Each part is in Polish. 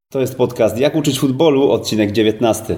To jest podcast Jak uczyć futbolu, odcinek 19.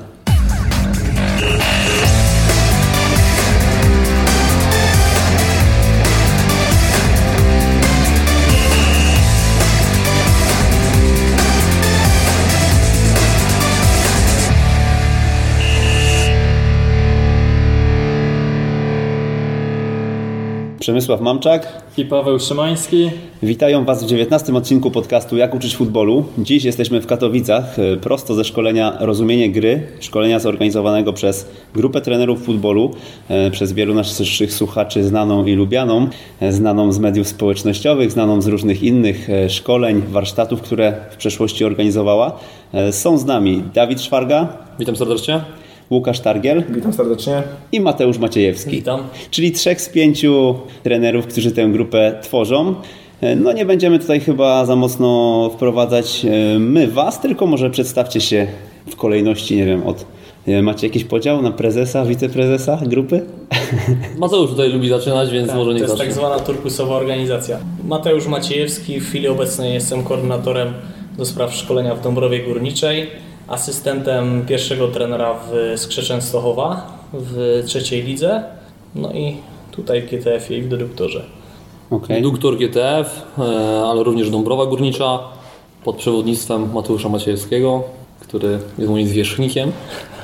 Przemysław Mamczak i Paweł Szymański. Witają Was w 19 odcinku podcastu Jak uczyć futbolu. Dziś jesteśmy w Katowicach, prosto ze szkolenia Rozumienie gry, szkolenia zorganizowanego przez grupę trenerów futbolu, przez wielu naszych słuchaczy znaną i lubianą, znaną z mediów społecznościowych, znaną z różnych innych szkoleń, warsztatów, które w przeszłości organizowała. Są z nami Dawid Szwarga. Witam serdecznie. Łukasz Targiel. Witam serdecznie. I Mateusz Maciejewski. Witam. Czyli 3 z 5 trenerów, którzy tę grupę tworzą. No nie będziemy tutaj chyba za mocno wprowadzać my Was, tylko może przedstawcie się w kolejności, nie wiem, macie jakiś podział na prezesa, wiceprezesa grupy? Mateusz tutaj lubi zaczynać, więc tak, może nie zacznie. To jest tak zwana turkusowa organizacja. Mateusz Maciejewski, w chwili obecnej jestem koordynatorem do spraw szkolenia w Dąbrowie Górniczej, asystentem pierwszego trenera w Skrze Częstochowa w trzeciej lidze, no i tutaj w GTF-ie i w Deduktorze. Okay. Deduktor GTF, ale również Dąbrowa Górnicza pod przewodnictwem Mateusza Maciejewskiego, który jest moim zwierzchnikiem.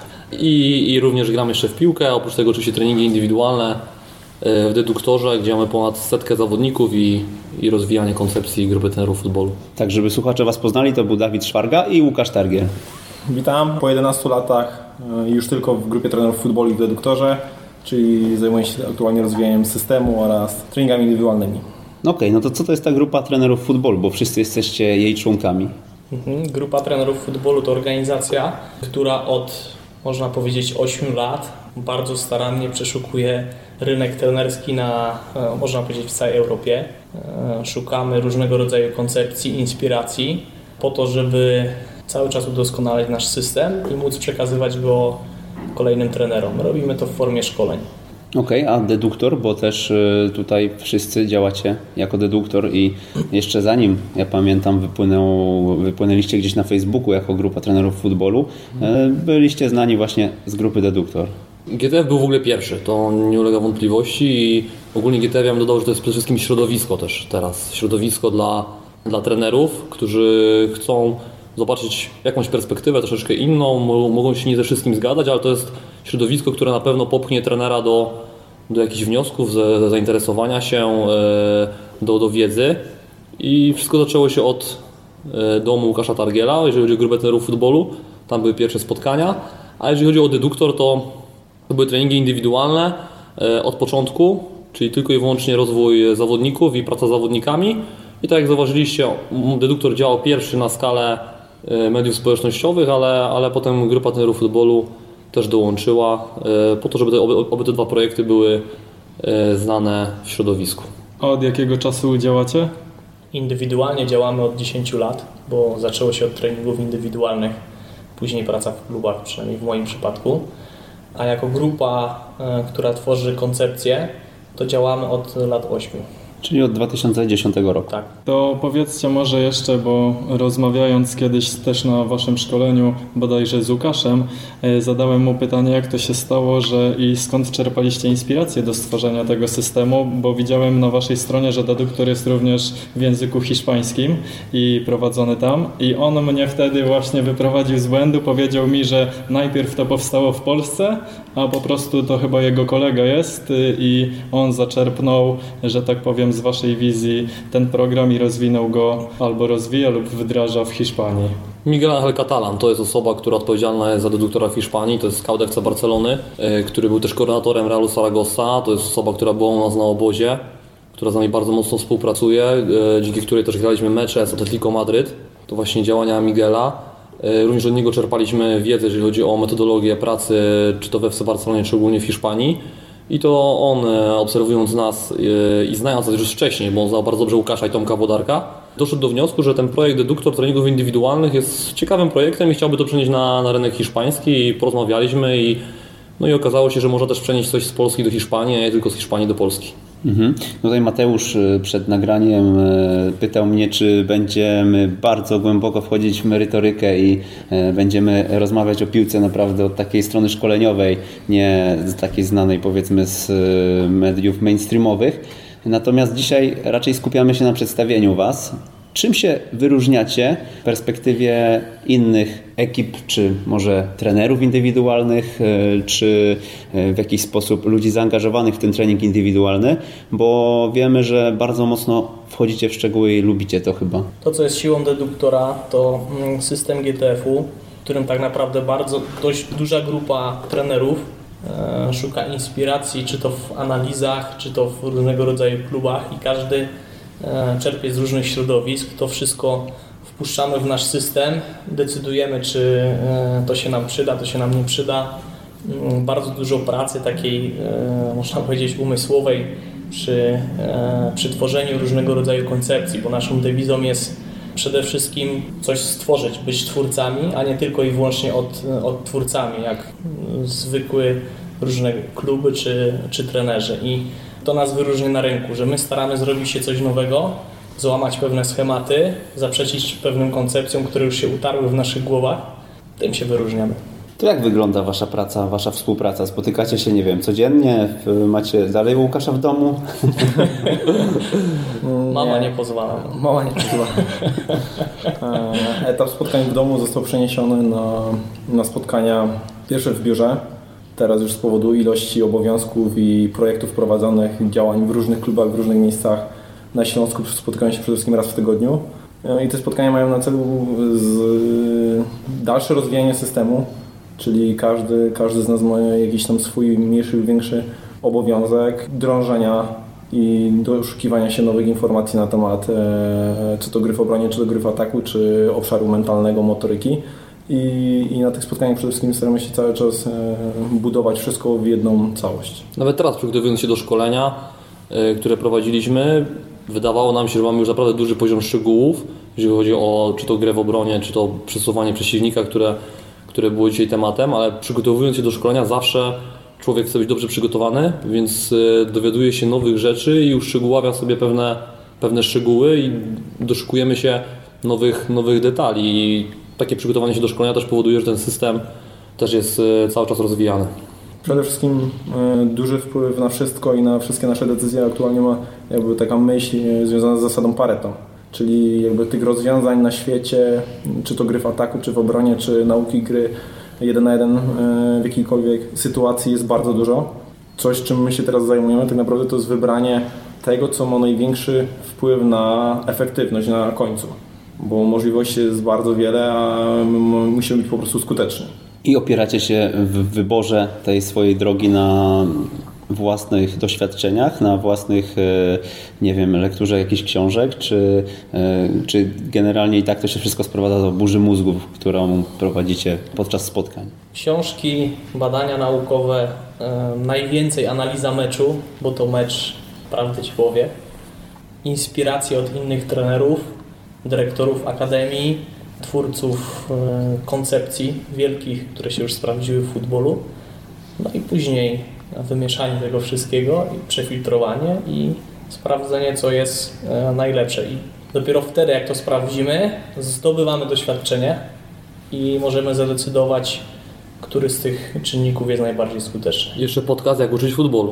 I również gram jeszcze w piłkę, oprócz tego oczywiście treningi indywidualne w Deduktorze, gdzie mamy ponad 100 zawodników i rozwijanie koncepcji grupy trenerów futbolu. Tak, żeby słuchacze Was poznali, to był Dawid Szwarga i Łukasz Targiel. Witam po 11 latach już tylko w grupie trenerów futbolu i w Deduktorze, czyli zajmuję się aktualnie rozwijaniem systemu oraz treningami indywidualnymi. Okej, no to co to jest ta grupa trenerów futbolu, bo wszyscy jesteście jej członkami? Grupa trenerów futbolu to organizacja, która od, można powiedzieć, 8 lat bardzo starannie przeszukuje rynek trenerski można powiedzieć, w całej Europie. Szukamy różnego rodzaju koncepcji, inspiracji po to, żeby cały czas udoskonalać nasz system i móc przekazywać go kolejnym trenerom. Robimy to w formie szkoleń. Okej, a deduktor, bo też tutaj wszyscy działacie jako deduktor i jeszcze zanim, ja pamiętam, wypłynęliście gdzieś na Facebooku jako grupa trenerów futbolu, byliście znani właśnie z grupy deduktor. GTF był w ogóle pierwszy, to nie ulega wątpliwości i ogólnie GTF ja bym dodał, że to jest przede wszystkim środowisko też teraz. Środowisko dla trenerów, którzy chcą zobaczyć jakąś perspektywę troszeczkę inną, mogą się nie ze wszystkim zgadzać, ale to jest środowisko, które na pewno popchnie trenera do jakichś wniosków, zainteresowania się, do wiedzy. I wszystko zaczęło się od domu Łukasza Targiela, jeżeli chodzi o grupę trenerów futbolu, tam były pierwsze spotkania, a jeżeli chodzi o deduktor, to były treningi indywidualne od początku, czyli tylko i wyłącznie rozwój zawodników i praca z zawodnikami. I tak jak zauważyliście, deduktor działał pierwszy na skalę mediów społecznościowych, ale potem grupa trenerów futbolu też dołączyła po to, żeby oby te dwa projekty były znane w środowisku. A od jakiego czasu działacie? Indywidualnie działamy od 10 lat, bo zaczęło się od treningów indywidualnych, później praca w klubach, przynajmniej w moim przypadku. A jako grupa, która tworzy koncepcję, to działamy od lat 8. Czyli od 2010 roku. Tak. To powiedzcie może jeszcze, bo rozmawiając kiedyś też na waszym szkoleniu, bodajże z Łukaszem, zadałem mu pytanie, jak to się stało, i skąd czerpaliście inspirację do stworzenia tego systemu, bo widziałem na waszej stronie, że deduktor jest również w języku hiszpańskim i prowadzony tam. I on mnie wtedy właśnie wyprowadził z błędu, powiedział mi, że najpierw to powstało w Polsce, a po prostu to chyba jego kolega jest i on zaczerpnął, że tak powiem, z waszej wizji ten program i rozwinął go albo rozwija lub wdraża w Hiszpanii. Miguel Ángel Catalán to jest osoba, która odpowiedzialna jest za deduktora w Hiszpanii, to jest scout FC Barcelony, który był też koordynatorem Realu Zaragoza, to jest osoba, która była u nas na obozie, która z nami bardzo mocno współpracuje, dzięki której też graliśmy mecze z Atletico Madryt, to właśnie działania Miguela. Również od niego czerpaliśmy wiedzę, jeżeli chodzi o metodologię pracy, czy to we FC Barcelonie, czy ogólnie w Hiszpanii. I to on, obserwując nas i znając nas już wcześniej, bo on znał bardzo dobrze Łukasza i Tomka Włodarka, doszedł do wniosku, że ten projekt deduktor treningów indywidualnych jest ciekawym projektem i chciałby to przenieść na rynek hiszpański i porozmawialiśmy i okazało się, że można też przenieść coś z Polski do Hiszpanii, a nie tylko z Hiszpanii do Polski. Tutaj Mateusz przed nagraniem pytał mnie, czy będziemy bardzo głęboko wchodzić w merytorykę i będziemy rozmawiać o piłce naprawdę od takiej strony szkoleniowej, nie z takiej znanej powiedzmy z mediów mainstreamowych. Natomiast dzisiaj raczej skupiamy się na przedstawieniu Was. Czym się wyróżniacie w perspektywie innych ekip, czy może trenerów indywidualnych, czy w jakiś sposób ludzi zaangażowanych w ten trening indywidualny? Bo wiemy, że bardzo mocno wchodzicie w szczegóły i lubicie to chyba. To, co jest siłą deduktora, to system GTF-u, w którym tak naprawdę dość duża grupa trenerów szuka inspiracji, czy to w analizach, czy to w różnego rodzaju klubach i każdy czerpie z różnych środowisk. To wszystko wpuszczamy w nasz system, decydujemy, czy to się nam przyda, to się nam nie przyda. Bardzo dużo pracy takiej, można powiedzieć, umysłowej przy tworzeniu różnego rodzaju koncepcji, bo naszą dewizą jest przede wszystkim coś stworzyć, być twórcami, a nie tylko i wyłącznie od twórcami, jak zwykły różne kluby czy trenerzy. I to nas wyróżnia na rynku, że my staramy zrobić się coś nowego, złamać pewne schematy, zaprzeczyć pewnym koncepcjom, które już się utarły w naszych głowach. Tym się wyróżniamy. To jak wygląda Wasza praca, Wasza współpraca? Spotykacie się, nie wiem, codziennie? Macie dalej Łukasza w domu? Mama nie pozwala. Mama nie pozwala. Etap spotkań w domu został przeniesiony na spotkania pierwsze w biurze. Teraz już z powodu ilości obowiązków i projektów prowadzonych, działań w różnych klubach, w różnych miejscach na Śląsku spotykają się przede wszystkim raz w tygodniu. I te spotkania mają na celu dalsze rozwijanie systemu, czyli każdy z nas ma jakiś tam swój mniejszy lub większy obowiązek drążenia i doszukiwania się nowych informacji na temat czy to gry w obronie, czy to gry w ataku, czy obszaru mentalnego, motoryki. I na tych spotkaniach przede wszystkim staramy się cały czas budować wszystko w jedną całość. Nawet teraz, przygotowując się do szkolenia, które prowadziliśmy, wydawało nam się, że mamy już naprawdę duży poziom szczegółów, jeżeli chodzi o czy to grę w obronie, czy to przesuwanie przeciwnika, które było dzisiaj tematem, ale przygotowując się do szkolenia zawsze człowiek chce być dobrze przygotowany, więc dowiaduje się nowych rzeczy i uszczegóławia sobie pewne szczegóły i doszukujemy się nowych detali. I takie przygotowanie się do szkolenia też powoduje, że ten system też jest cały czas rozwijany. Przede wszystkim duży wpływ na wszystko i na wszystkie nasze decyzje aktualnie ma jakby taka myśl związana z zasadą Pareto. Czyli jakby tych rozwiązań na świecie, czy to gry w ataku, czy w obronie, czy nauki gry 1 na 1 w jakiejkolwiek sytuacji jest bardzo dużo. Coś, czym my się teraz zajmujemy, tak naprawdę to jest wybranie tego, co ma największy wpływ na efektywność na końcu. Bo możliwości jest bardzo wiele, a my musimy być po prostu skuteczni. I opieracie się w wyborze tej swojej drogi na własnych doświadczeniach, na własnych, nie wiem, lekturze jakichś książek, czy generalnie i tak to się wszystko sprowadza do burzy mózgów, którą prowadzicie podczas spotkań? Książki, badania naukowe, najwięcej analiza meczu, bo to mecz, prawdę ci powie, inspiracje od innych trenerów, dyrektorów akademii, twórców koncepcji wielkich, które się już sprawdziły w futbolu. No i później wymieszanie tego wszystkiego i przefiltrowanie i sprawdzenie, co jest najlepsze. I dopiero wtedy, jak to sprawdzimy, zdobywamy doświadczenie i możemy zadecydować, który z tych czynników jest najbardziej skuteczny. Jeszcze podcast Jak uczyć futbolu.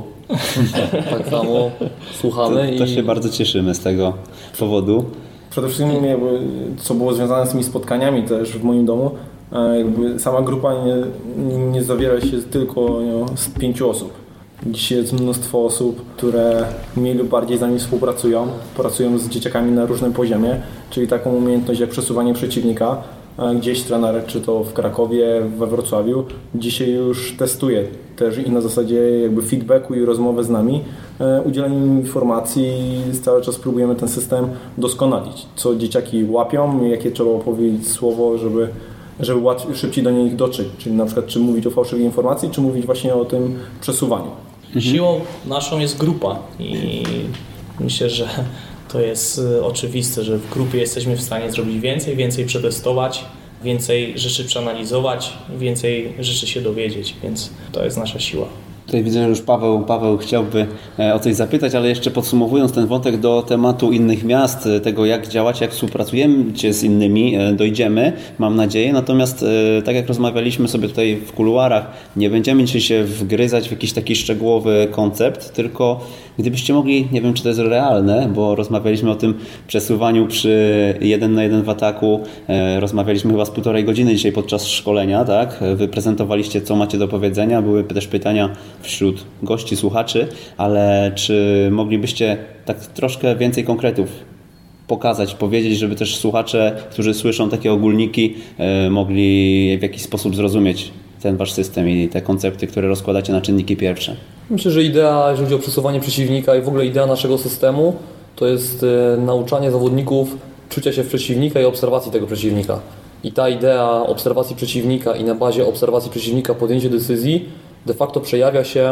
Tak samo słuchamy. To się bardzo cieszymy z tego powodu. Przede wszystkim jakby, co było związane z tymi spotkaniami też w moim domu, jakby sama grupa nie zawiera się tylko z 5 osób. Dzisiaj jest mnóstwo osób, które mniej lub bardziej z nami współpracują, pracują z dzieciakami na różnym poziomie, czyli taką umiejętność jak przesuwanie przeciwnika. Gdzieś trener, czy to w Krakowie, we Wrocławiu, dzisiaj już testuje też i na zasadzie jakby feedbacku i rozmowy z nami, udzielanie im informacji i cały czas próbujemy ten system doskonalić. Co dzieciaki łapią, jakie trzeba opowiedzieć słowo, żeby szybciej do nich dotrzeć. Czyli na przykład czy mówić o fałszywej informacji, czy mówić właśnie o tym przesuwaniu. Siłą naszą jest grupa i myślę, że to jest oczywiste, że w grupie jesteśmy w stanie zrobić więcej przetestować, więcej rzeczy przeanalizować, więcej rzeczy się dowiedzieć, więc to jest nasza siła. Tutaj widzę, że już Paweł chciałby o coś zapytać, ale jeszcze podsumowując ten wątek do tematu innych miast, tego jak działać, jak współpracujecie z innymi, dojdziemy, mam nadzieję. Natomiast tak jak rozmawialiśmy sobie tutaj w kuluarach, nie będziemy dzisiaj się wgryzać w jakiś taki szczegółowy koncept, tylko gdybyście mogli, nie wiem czy to jest realne, bo rozmawialiśmy o tym przesuwaniu przy 1 na 1 w ataku, rozmawialiśmy chyba z 1,5 godziny dzisiaj podczas szkolenia, tak? Wy prezentowaliście, co macie do powiedzenia, były też pytania wśród gości, słuchaczy, ale czy moglibyście tak troszkę więcej konkretów pokazać, powiedzieć, żeby też słuchacze, którzy słyszą takie ogólniki, mogli w jakiś sposób zrozumieć ten wasz system i te koncepty, które rozkładacie na czynniki pierwsze? Myślę, że idea, jeżeli chodzi o przesuwanie przeciwnika i w ogóle idea naszego systemu, to jest nauczanie zawodników czucia się w przeciwnika i obserwacji tego przeciwnika. I ta idea obserwacji przeciwnika i na bazie obserwacji przeciwnika podjęcie decyzji de facto przejawia się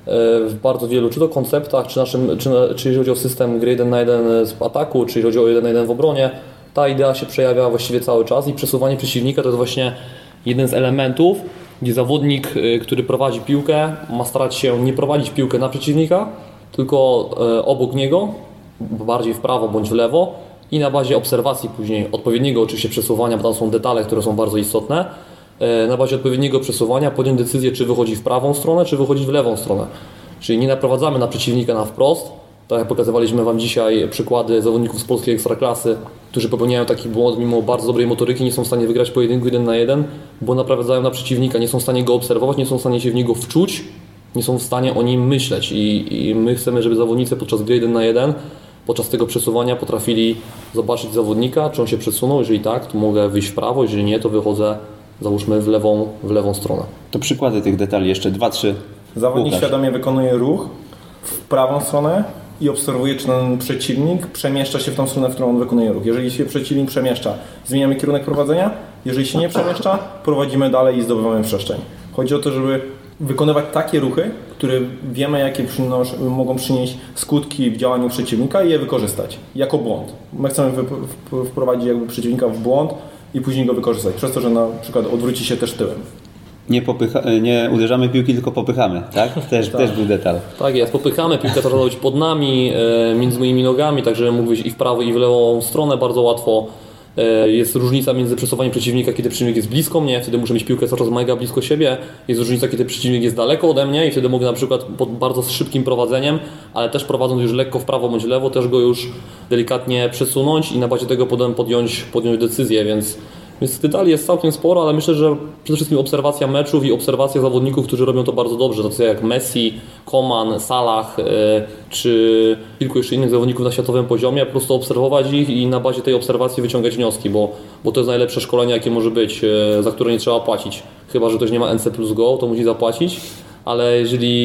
w bardzo wielu, czy to konceptach, czy jeżeli chodzi o system gry 1 na 1 z ataku, czy jeżeli chodzi o 1 na 1 w obronie, ta idea się przejawia właściwie cały czas i przesuwanie przeciwnika to jest właśnie jeden z elementów, gdzie zawodnik, który prowadzi piłkę, ma starać się nie prowadzić piłkę na przeciwnika, tylko obok niego, bardziej w prawo bądź w lewo i na bazie obserwacji później odpowiedniego oczywiście przesuwania, bo tam są detale, które są bardzo istotne, na bazie odpowiedniego przesuwania podjąć decyzję, czy wychodzi w prawą stronę, czy wychodzi w lewą stronę. Czyli nie naprowadzamy na przeciwnika na wprost. Tak jak pokazywaliśmy Wam dzisiaj przykłady zawodników z polskiej ekstraklasy, którzy popełniają taki błąd, mimo bardzo dobrej motoryki, nie są w stanie wygrać pojedynku 1 na 1, bo naprowadzają na przeciwnika, nie są w stanie go obserwować, nie są w stanie się w niego wczuć, nie są w stanie o nim myśleć. I my chcemy, żeby zawodnicy podczas gry 1 na 1, podczas tego przesuwania potrafili zobaczyć zawodnika, czy on się przesunął, jeżeli tak, to mogę wyjść w prawo, jeżeli nie, to wychodzę, załóżmy, w lewą stronę. To przykłady tych detali jeszcze 2-3. Zawodnik świadomie wykonuje ruch w prawą stronę i obserwuje, czy ten przeciwnik przemieszcza się w tą stronę, w którą on wykonuje ruch. Jeżeli się przeciwnik przemieszcza, zmieniamy kierunek prowadzenia. Jeżeli się nie przemieszcza, prowadzimy dalej i zdobywamy przestrzeń. Chodzi o to, żeby wykonywać takie ruchy, które wiemy, jakie mogą przynieść skutki w działaniu przeciwnika i je wykorzystać jako błąd. My chcemy wprowadzić jakby przeciwnika w błąd i później go wykorzystać, przez to, że na przykład odwróci się też tyłem. Nie uderzamy piłki, tylko popychamy, tak? Też był detal. Tak jest, popychamy, piłka to może być pod nami, między moimi nogami, także mógł być i w prawo, i w lewą stronę bardzo łatwo. Jest różnica między przesuwaniem przeciwnika, kiedy przeciwnik jest blisko mnie, wtedy muszę mieć piłkę cały czas mega blisko siebie. Jest różnica, kiedy przeciwnik jest daleko ode mnie i wtedy mogę na przykład pod bardzo szybkim prowadzeniem, ale też prowadząc już lekko w prawo bądź lewo, też go już delikatnie przesunąć i na bazie tego potem podjąć decyzję, więc detali jest całkiem sporo, ale myślę, że przede wszystkim obserwacja meczów i obserwacja zawodników, którzy robią to bardzo dobrze, tacy jak Messi, Coman, Salah czy kilku jeszcze innych zawodników na światowym poziomie, po prostu obserwować ich i na bazie tej obserwacji wyciągać wnioski, bo to jest najlepsze szkolenie, jakie może być, za które nie trzeba płacić. Chyba że ktoś nie ma NC plus Go, to musi zapłacić, ale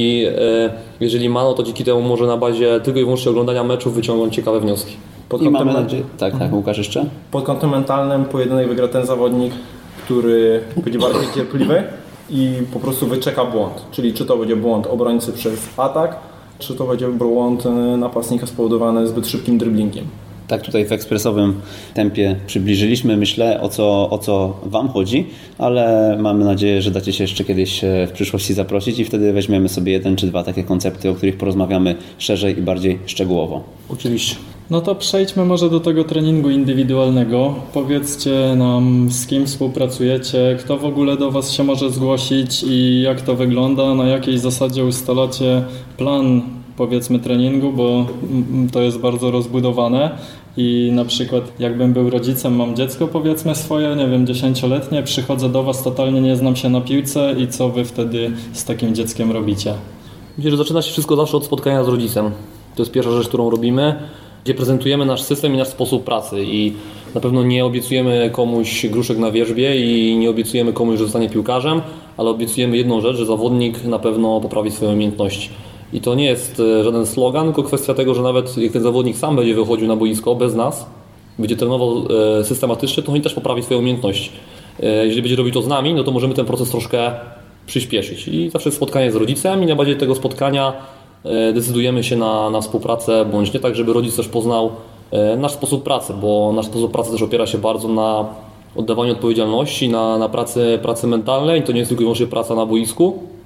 jeżeli ma, no to dzięki temu może na bazie tylko i wyłącznie oglądania meczów wyciągnąć ciekawe wnioski. I mamy nadzieję. Tak, Łukasz jeszcze? Pod kątem mentalnym pojedynek wygra ten zawodnik, który będzie bardziej cierpliwy i po prostu wyczeka błąd. Czyli czy to będzie błąd obrońcy przez atak, czy to będzie błąd napastnika spowodowany zbyt szybkim driblingiem. Tak tutaj w ekspresowym tempie przybliżyliśmy, myślę, o co Wam chodzi, ale mamy nadzieję, że dacie się jeszcze kiedyś w przyszłości zaprosić i wtedy weźmiemy sobie 1 czy 2 takie koncepty, o których porozmawiamy szerzej i bardziej szczegółowo. Oczywiście. No to przejdźmy może do tego treningu indywidualnego. Powiedzcie nam, z kim współpracujecie, kto w ogóle do Was się może zgłosić i jak to wygląda, na jakiej zasadzie ustalacie plan, powiedzmy, treningu, bo to jest bardzo rozbudowane i na przykład jakbym był rodzicem, mam dziecko, powiedzmy swoje, nie wiem, 10-letnie, przychodzę do Was, totalnie nie znam się na piłce i co Wy wtedy z takim dzieckiem robicie? Myślę, że zaczyna się wszystko zawsze od spotkania z rodzicem. To jest pierwsza rzecz, którą robimy, gdzie prezentujemy nasz system i nasz sposób pracy i na pewno nie obiecujemy komuś gruszek na wierzbie i nie obiecujemy komuś, że zostanie piłkarzem, ale obiecujemy jedną rzecz, że zawodnik na pewno poprawi swoje umiejętności. I to nie jest żaden slogan, tylko kwestia tego, że nawet jak ten zawodnik sam będzie wychodził na boisko bez nas, będzie trenował systematycznie, to on też poprawi swoje umiejętności. Jeżeli będzie robił to z nami, no to możemy ten proces troszkę przyspieszyć. I zawsze spotkanie z rodzicem i na bazie tego spotkania decydujemy się na współpracę, bądź nie, tak żeby rodzic też poznał nasz sposób pracy, bo nasz sposób pracy też opiera się bardzo na oddawaniu odpowiedzialności, na pracy mentalnej. To nie jest tylko i wyłącznie praca na boisku,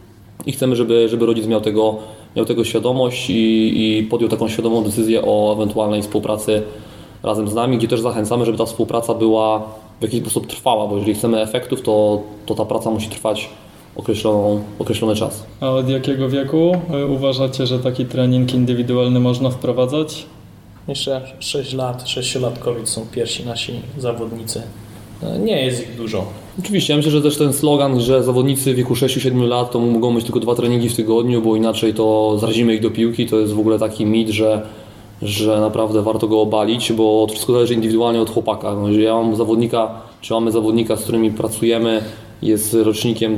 i chcemy, żeby rodzic miał tego świadomość i podjął taką świadomą decyzję o ewentualnej współpracy razem z nami, gdzie też zachęcamy, żeby ta współpraca była w jakiś sposób trwała, bo jeżeli chcemy efektów, to ta praca musi trwać określony czas. A od jakiego wieku uważacie, że taki trening indywidualny można wprowadzać? Jeszcze 6-latkowie są pierwsi nasi zawodnicy. Nie jest ich dużo. Oczywiście, ja myślę, że też ten slogan, że zawodnicy w wieku 6-7 lat to mogą mieć tylko 2 treningi w tygodniu, bo inaczej to zarazimy ich do piłki, to jest w ogóle taki mit, że naprawdę warto go obalić, bo to wszystko zależy indywidualnie od chłopaka. No, jeżeli ja mam zawodnika, czy mamy zawodnika, z którymi pracujemy, jest rocznikiem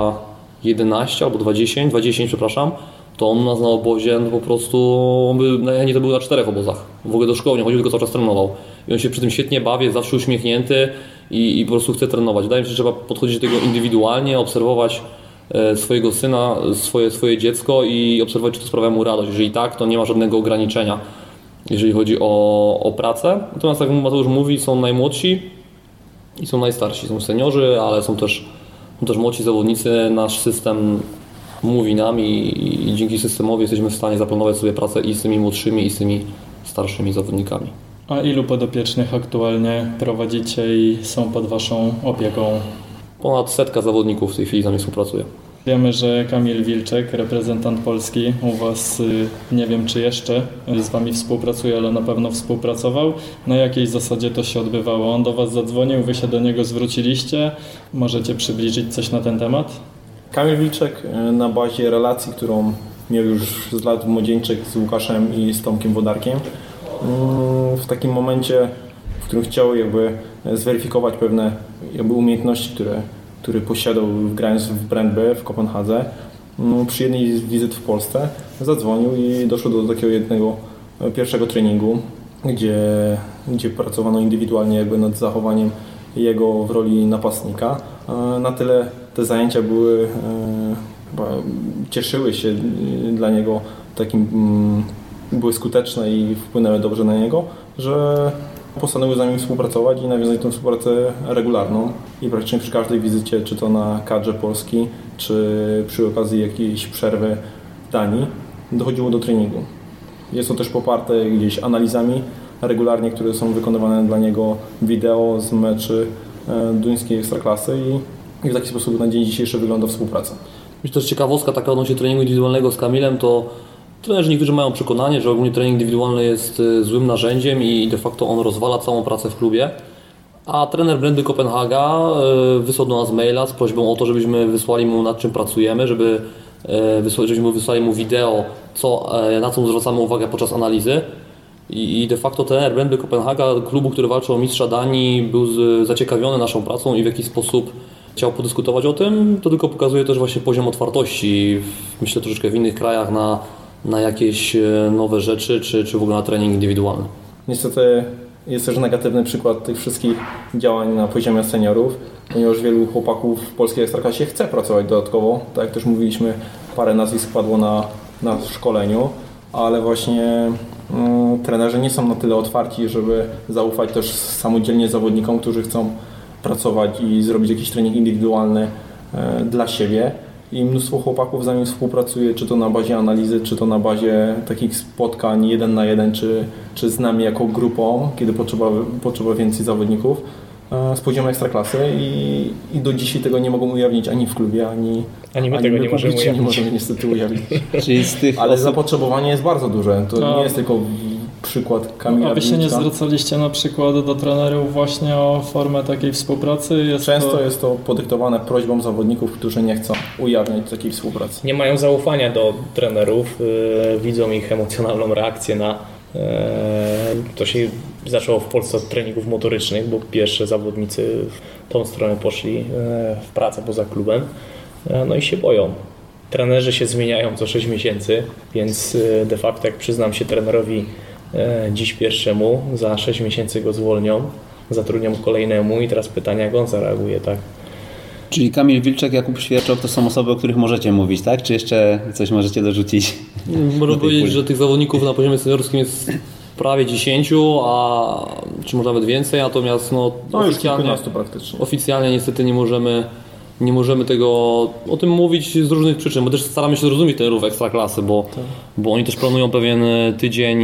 2.11 albo 2.10, przepraszam, to on u nas na obozie po prostu, najchętniej to był na 4 obozach. W ogóle do szkoły nie chodził, tylko cały czas trenował. I on się przy tym świetnie bawi, jest zawsze uśmiechnięty i po prostu chce trenować. Wydaje mi się, że trzeba podchodzić do tego indywidualnie, obserwować swojego syna, swoje dziecko i obserwować, czy to sprawia mu radość. Jeżeli tak, to nie ma żadnego ograniczenia, jeżeli chodzi o pracę. Natomiast jak Mateusz mówi, są najmłodsi i są najstarsi. Są seniorzy, ale są też młodsi zawodnicy. Nasz system mówi nam i dzięki systemowi jesteśmy w stanie zaplanować sobie pracę i z tymi młodszymi, i z tymi starszymi zawodnikami. A ilu podopiecznych aktualnie prowadzicie i są pod Waszą opieką? Ponad 100 zawodników w tej chwili z nami współpracuje. Wiemy, że Kamil Wilczek, reprezentant Polski, u Was, nie wiem czy jeszcze z Wami współpracuje, ale na pewno współpracował. Na jakiej zasadzie to się odbywało? On do Was zadzwonił, Wy się do niego zwróciliście. Możecie przybliżyć coś na ten temat? Kamil Wilczek na bazie relacji, którą miał już z lat młodzieńczych z Łukaszem i z Tomkiem Wodarkiem, w takim momencie, w którym chciał zweryfikować pewne umiejętności, które posiadał grając w Brøndby w Kopenhadze, przy jednej z wizyt w Polsce zadzwonił i doszło do takiego jednego pierwszego treningu, gdzie pracowano indywidualnie nad zachowaniem jego w roli napastnika. Na tyle te zajęcia cieszyły się dla niego były skuteczne i wpłynęły dobrze na niego, że postanowił z nami współpracować i nawiązać tę współpracę regularną i praktycznie przy każdej wizycie, czy to na kadrze Polski, czy przy okazji jakiejś przerwy w Danii, dochodziło do treningu. Jest to też poparte gdzieś analizami regularnie, które są wykonywane dla niego wideo z meczy duńskiej ekstraklasy i w taki sposób na dzień dzisiejszy wygląda współpraca. Myślę, że ciekawostka taka odnośnie treningu indywidualnego z Kamilem to trenerzy niektórzy mają przekonanie, że ogólnie trening indywidualny jest złym narzędziem i de facto on rozwala całą pracę w klubie. A trener Brøndby Kopenhaga wysłał do nas maila z prośbą o to, żebyśmy wysłali mu nad czym pracujemy, żebyśmy wysłali mu wideo, na co zwracamy uwagę podczas analizy. I de facto trener Brøndby Kopenhaga, klubu, który walczył o mistrza Danii, był zaciekawiony naszą pracą i w jakiś sposób chciał podyskutować o tym. To tylko pokazuje też właśnie poziom otwartości, myślę troszeczkę w innych krajach na jakieś nowe rzeczy, czy w ogóle na trening indywidualny. Niestety jest też negatywny przykład tych wszystkich działań na poziomie seniorów, ponieważ wielu chłopaków w polskiej ekstraklasie chce pracować dodatkowo. Tak jak też mówiliśmy, parę nazwisk padło na szkoleniu, ale właśnie trenerzy nie są na tyle otwarci, żeby zaufać też samodzielnie zawodnikom, którzy chcą pracować i zrobić jakiś trening indywidualny dla siebie. I mnóstwo chłopaków z nami współpracuje, czy to na bazie analizy, czy to na bazie takich spotkań 1 na 1, czy z nami jako grupą, kiedy potrzeba więcej zawodników z poziomu ekstraklasy i do dzisiaj tego nie mogą ujawnić ani w klubie, ani my tego nie możemy ujawnić. Nie możemy niestety ujawnić. Czyli z tych ale zapotrzebowanie jest bardzo duże. To nie jest tylko przykład Kamila. A Wy się nie zwracaliście na przykład do trenerów właśnie o formę takiej współpracy? Często jest to podyktowane prośbą zawodników, którzy nie chcą ujawniać takiej współpracy. Nie mają zaufania do trenerów, widzą ich emocjonalną reakcję na... To się zaczęło w Polsce od treningów motorycznych, bo pierwsze zawodnicy w tą stronę poszli w pracę poza klubem, no i się boją. Trenerzy się zmieniają co 6 miesięcy, więc de facto jak przyznam się trenerowi dziś pierwszemu, za 6 miesięcy go zwolnią, zatrudnią kolejnemu i teraz pytanie, jak on zareaguje, tak? Czyli Kamil Wilczek, Jakub Świerczok to są osoby, o których możecie mówić, tak? Czy jeszcze coś możecie dorzucić? Można powiedzieć, że tych zawodników na poziomie seniorskim jest prawie 10, czy może nawet więcej, natomiast już kilkunastu praktycznie. Oficjalnie niestety nie możemy nie możemy tego o tym mówić z różnych przyczyn, bo też staramy się zrozumieć ten ruch Ekstraklasy, bo oni też planują pewien tydzień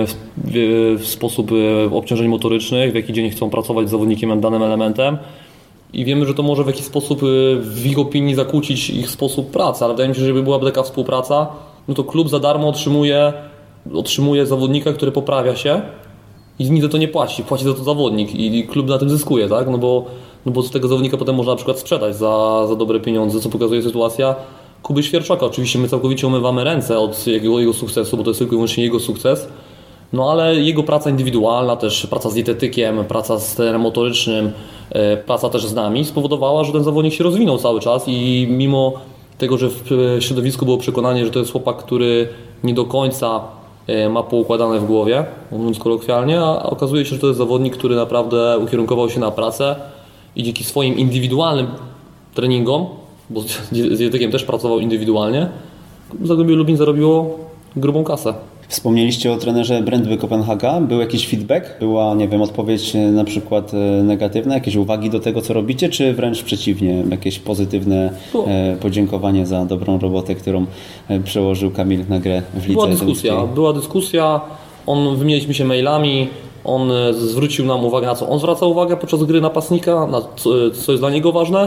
w sposób obciążeń motorycznych, w jaki dzień chcą pracować z zawodnikiem nad danym elementem i wiemy, że to może w jakiś sposób w ich opinii zakłócić ich sposób pracy, ale wydaje mi się, że żeby była taka współpraca, no to klub za darmo otrzymuje zawodnika, który poprawia się i nic za to nie płaci za to zawodnik i klub na tym zyskuje, tak? No bo z tego zawodnika potem można na przykład sprzedać za dobre pieniądze, co pokazuje sytuacja Kuby Świerczaka. Oczywiście my całkowicie umywamy ręce od jego sukcesu, bo to jest tylko i wyłącznie jego sukces, no ale jego praca indywidualna, też praca z dietetykiem, praca z trenerem motorycznym, praca też z nami spowodowała, że ten zawodnik się rozwinął cały czas i mimo tego, że w środowisku było przekonanie, że to jest chłopak, który nie do końca ma poukładane w głowie, mówiąc kolokwialnie, a okazuje się, że to jest zawodnik, który naprawdę ukierunkował się na pracę i dzięki swoim indywidualnym treningom, bo z dietetykiem też pracował indywidualnie, Zagłębie Lubin zarobiło grubą kasę. Wspomnieliście o trenerze Brøndby Kopenhaga. Był jakiś feedback? Była, nie wiem, odpowiedź na przykład negatywna? Jakieś uwagi do tego, co robicie? Czy wręcz przeciwnie? Jakieś pozytywne podziękowanie za dobrą robotę, którą przełożył Kamil na grę w lidze? Była dyskusja. Wymieniliśmy się mailami. On zwrócił nam uwagę na co? On zwraca uwagę podczas gry napastnika, na co jest dla niego ważne.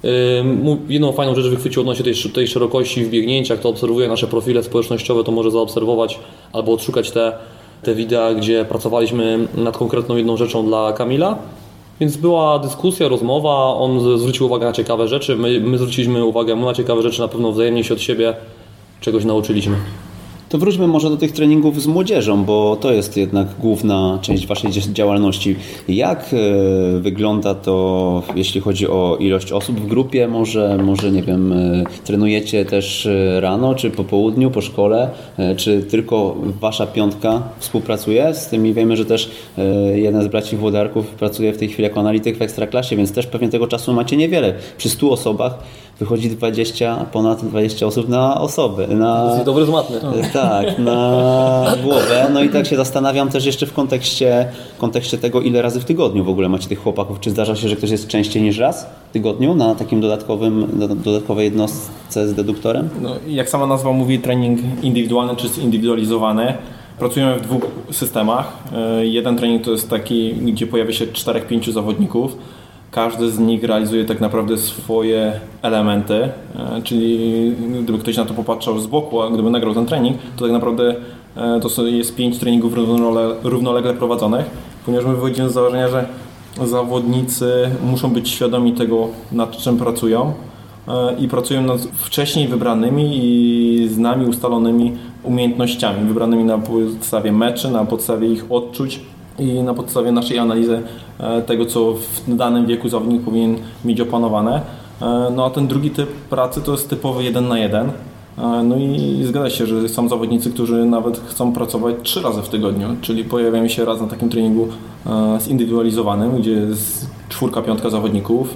Jedną fajną rzecz wychwycił odnośnie tej szerokości w biegnięciach, to obserwuje nasze profile społecznościowe, to może zaobserwować albo odszukać te wideo, gdzie pracowaliśmy nad konkretną jedną rzeczą dla Kamila. Więc była dyskusja, rozmowa, on zwrócił uwagę na ciekawe rzeczy, my zwróciliśmy uwagę na ciekawe rzeczy, na pewno wzajemnie się od siebie czegoś nauczyliśmy. To wróćmy może do tych treningów z młodzieżą, bo to jest jednak główna część waszej działalności. Jak wygląda to, jeśli chodzi o ilość osób w grupie? Może nie wiem, trenujecie też rano, czy po południu, po szkole? Czy tylko wasza piątka współpracuje z tymi? Wiemy, że też jeden z braci Włodarków pracuje w tej chwili jako analityk w Ekstraklasie, więc też pewnie tego czasu macie niewiele. Przy 100 osobach wychodzi ponad 20 osób na osobę. To jest dobry z matmy. Tak, na głowę. No i tak się zastanawiam też jeszcze w kontekście tego, ile razy w tygodniu w ogóle macie tych chłopaków. Czy zdarza się, że ktoś jest częściej niż raz w tygodniu na takim dodatkowej jednostce z deduktorem? No, jak sama nazwa mówi, trening indywidualny czy zindywidualizowany. Pracujemy w dwóch systemach. Jeden trening to jest taki, gdzie pojawia się 4-5 zawodników. Każdy z nich realizuje tak naprawdę swoje elementy, czyli gdyby ktoś na to popatrzał z boku, a gdyby nagrał ten trening, to tak naprawdę to jest 5 treningów równolegle prowadzonych, ponieważ my wychodzimy z założenia, że zawodnicy muszą być świadomi tego, nad czym pracują i pracują nad wcześniej wybranymi i z nami ustalonymi umiejętnościami, wybranymi na podstawie meczy, na podstawie ich odczuć i na podstawie naszej analizy tego, co w danym wieku zawodnik powinien mieć opanowane. No a ten drugi typ pracy to jest typowy 1 na 1. No i zgadza się, że są zawodnicy, którzy nawet chcą pracować 3 razy w tygodniu, czyli pojawiają się raz na takim treningu zindywidualizowanym, gdzie jest 4-5 zawodników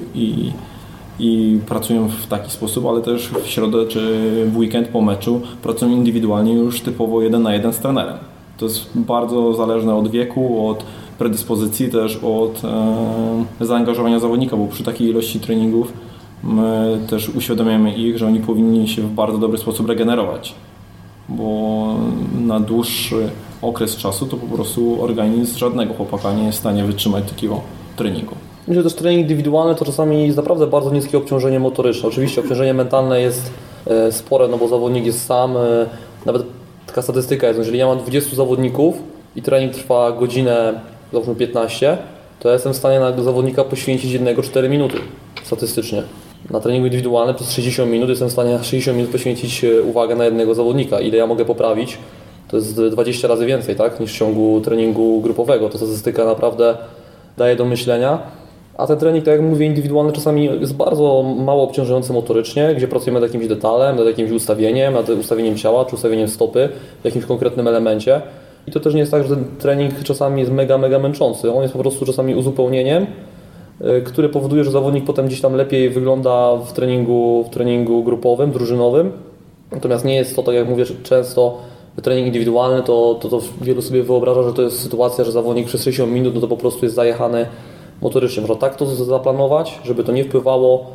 i pracują w taki sposób, ale też w środę czy w weekend po meczu pracują indywidualnie już typowo 1 na 1 z trenerem. To jest bardzo zależne od wieku, od predyspozycji, też od zaangażowania zawodnika, bo przy takiej ilości treningów my też uświadamiamy ich, że oni powinni się w bardzo dobry sposób regenerować, bo na dłuższy okres czasu to po prostu organizm żadnego chłopaka nie jest w stanie wytrzymać takiego treningu. Myślę, że też trening indywidualny to czasami jest naprawdę bardzo niskie obciążenie motoryczne. Oczywiście obciążenie mentalne jest spore, no bo zawodnik jest sam, nawet taka statystyka jest, jeżeli ja mam 20 zawodników i trening trwa godzinę, załóżmy 15, to ja jestem w stanie na zawodnika poświęcić 4 minuty statystycznie. Na treningu indywidualnym przez 60 minut jestem w stanie na 60 minut poświęcić uwagę na jednego zawodnika. Ile ja mogę poprawić, to jest 20 razy więcej, tak, niż w ciągu treningu grupowego. To statystyka naprawdę daje do myślenia. A ten trening, tak jak mówię, indywidualny czasami jest bardzo mało obciążający motorycznie, gdzie pracujemy nad jakimś detalem, nad jakimś ustawieniem, nad ustawieniem ciała czy ustawieniem stopy w jakimś konkretnym elemencie. I to też nie jest tak, że ten trening czasami jest mega męczący. On jest po prostu czasami uzupełnieniem, który powoduje, że zawodnik potem gdzieś tam lepiej wygląda w treningu grupowym, drużynowym. Natomiast nie jest to, tak jak mówię, często trening indywidualny, to wielu sobie wyobraża, że to jest sytuacja, że zawodnik przez 60 minut to po prostu jest zajechany motorycznie. Można tak to zaplanować, żeby to nie wpływało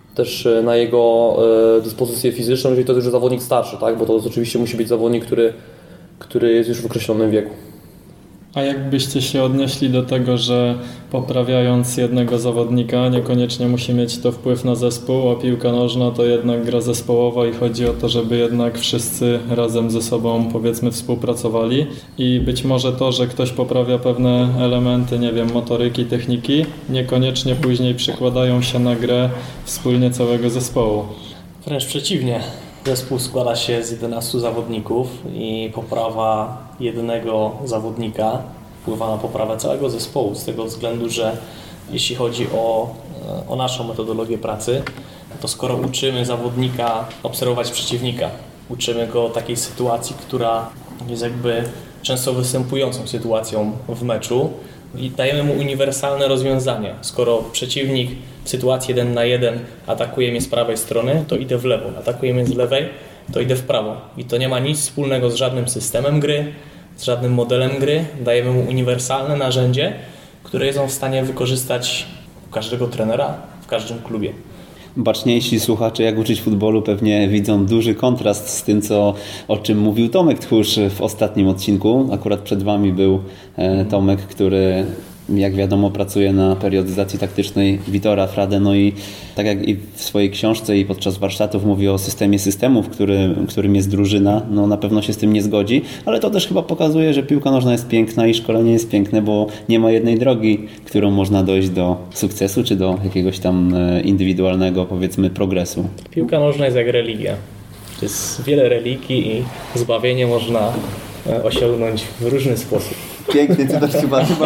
też na jego dyspozycję fizyczną, jeżeli to jest już zawodnik starszy, tak? Bo to oczywiście musi być zawodnik, który jest już w określonym wieku. A jak byście się odnieśli do tego, że poprawiając jednego zawodnika niekoniecznie musi mieć to wpływ na zespół, a piłka nożna to jednak gra zespołowa i chodzi o to, żeby jednak wszyscy razem ze sobą powiedzmy współpracowali i być może to, że ktoś poprawia pewne elementy, nie wiem, motoryki, techniki, niekoniecznie później przekładają się na grę wspólnie całego zespołu. Wręcz przeciwnie. Zespół składa się z 11 zawodników i poprawa jednego zawodnika wpływa na poprawę całego zespołu z tego względu, że jeśli chodzi o naszą metodologię pracy, to skoro uczymy zawodnika obserwować przeciwnika, uczymy go takiej sytuacji, która jest jakby często występującą sytuacją w meczu i dajemy mu uniwersalne rozwiązanie. Skoro przeciwnik w sytuacji 1 na 1 atakuje mnie z prawej strony, to idę w lewo. Atakuje mnie z lewej, to idę w prawo. I to nie ma nic wspólnego z żadnym systemem gry, z żadnym modelem gry. Dajemy mu uniwersalne narzędzie, które jest on w stanie wykorzystać u każdego trenera, w każdym klubie. Baczniejsi słuchacze Jak uczyć futbolu pewnie widzą duży kontrast z tym, o czym mówił Tomek Tchórz w ostatnim odcinku. Akurat przed Wami był Tomek, który jak wiadomo pracuje na periodyzacji taktycznej Witora Frade, no i tak jak i w swojej książce i podczas warsztatów mówi o systemie systemów, którym jest drużyna, no na pewno się z tym nie zgodzi, ale to też chyba pokazuje, że piłka nożna jest piękna i szkolenie jest piękne, bo nie ma jednej drogi, którą można dojść do sukcesu czy do jakiegoś tam indywidualnego, powiedzmy, progresu. Piłka nożna jest jak religia. Jest wiele religii i zbawienie można osiągnąć w różny sposób. Pięknie, to też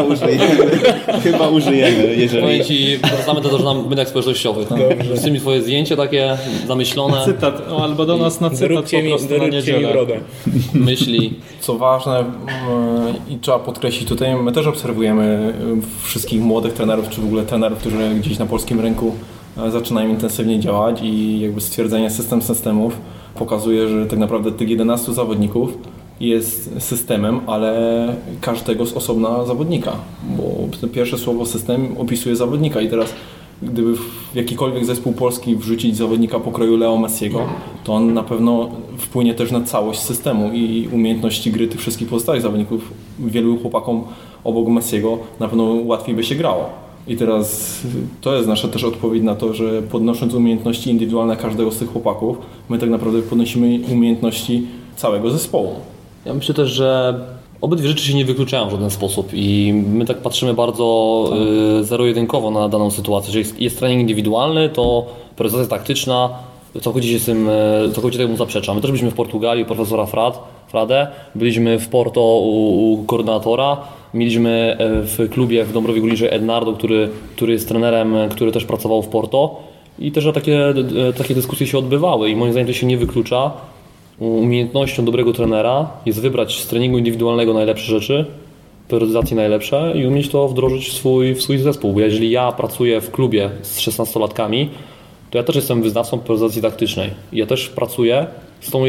chyba użyjemy, jeżeli... Powiem Ci, wracamy to też na mediach społecznościowych. Z tymi Twoje zdjęcie takie zamyślone. Cytat, albo do nas na cytat po prostu na niedzielę. Myśli. Co ważne i trzeba podkreślić tutaj, my też obserwujemy wszystkich młodych trenerów, czy w ogóle trenerów, którzy gdzieś na polskim rynku zaczynają intensywnie działać i jakby stwierdzenie systemów pokazuje, że tak naprawdę tych 11 zawodników jest systemem, ale każdego z osobna zawodnika, bo to pierwsze słowo system opisuje zawodnika i teraz gdyby w jakikolwiek zespół polski wrzucić zawodnika pokroju Leo Messiego, to on na pewno wpłynie też na całość systemu i umiejętności gry tych wszystkich pozostałych zawodników. Wielu chłopakom obok Messiego na pewno łatwiej by się grało. I teraz to jest nasza też odpowiedź na to, że podnosząc umiejętności indywidualne każdego z tych chłopaków, my tak naprawdę podnosimy umiejętności całego zespołu. Ja myślę też, że obydwie rzeczy się nie wykluczają w żaden sposób i my tak patrzymy bardzo zero-jedynkowo na daną sytuację. Jeżeli jest trening indywidualny, to periodyzacja taktyczna całkowicie temu zaprzecza. My też byliśmy w Portugalii u profesora Frade, byliśmy w Porto u koordynatora, mieliśmy w klubie w Dąbrowie Górniczej Ednardo, który jest trenerem, który też pracował w Porto i też takie dyskusje się odbywały i moim zdaniem to się nie wyklucza. Umiejętnością dobrego trenera jest wybrać z treningu indywidualnego najlepsze rzeczy, periodyzacji najlepsze i umieć to wdrożyć w swój zespół. Bo jeżeli ja pracuję w klubie z 16-latkami, to ja też jestem wyznawcą periodyzacji taktycznej. Ja też pracuję z tą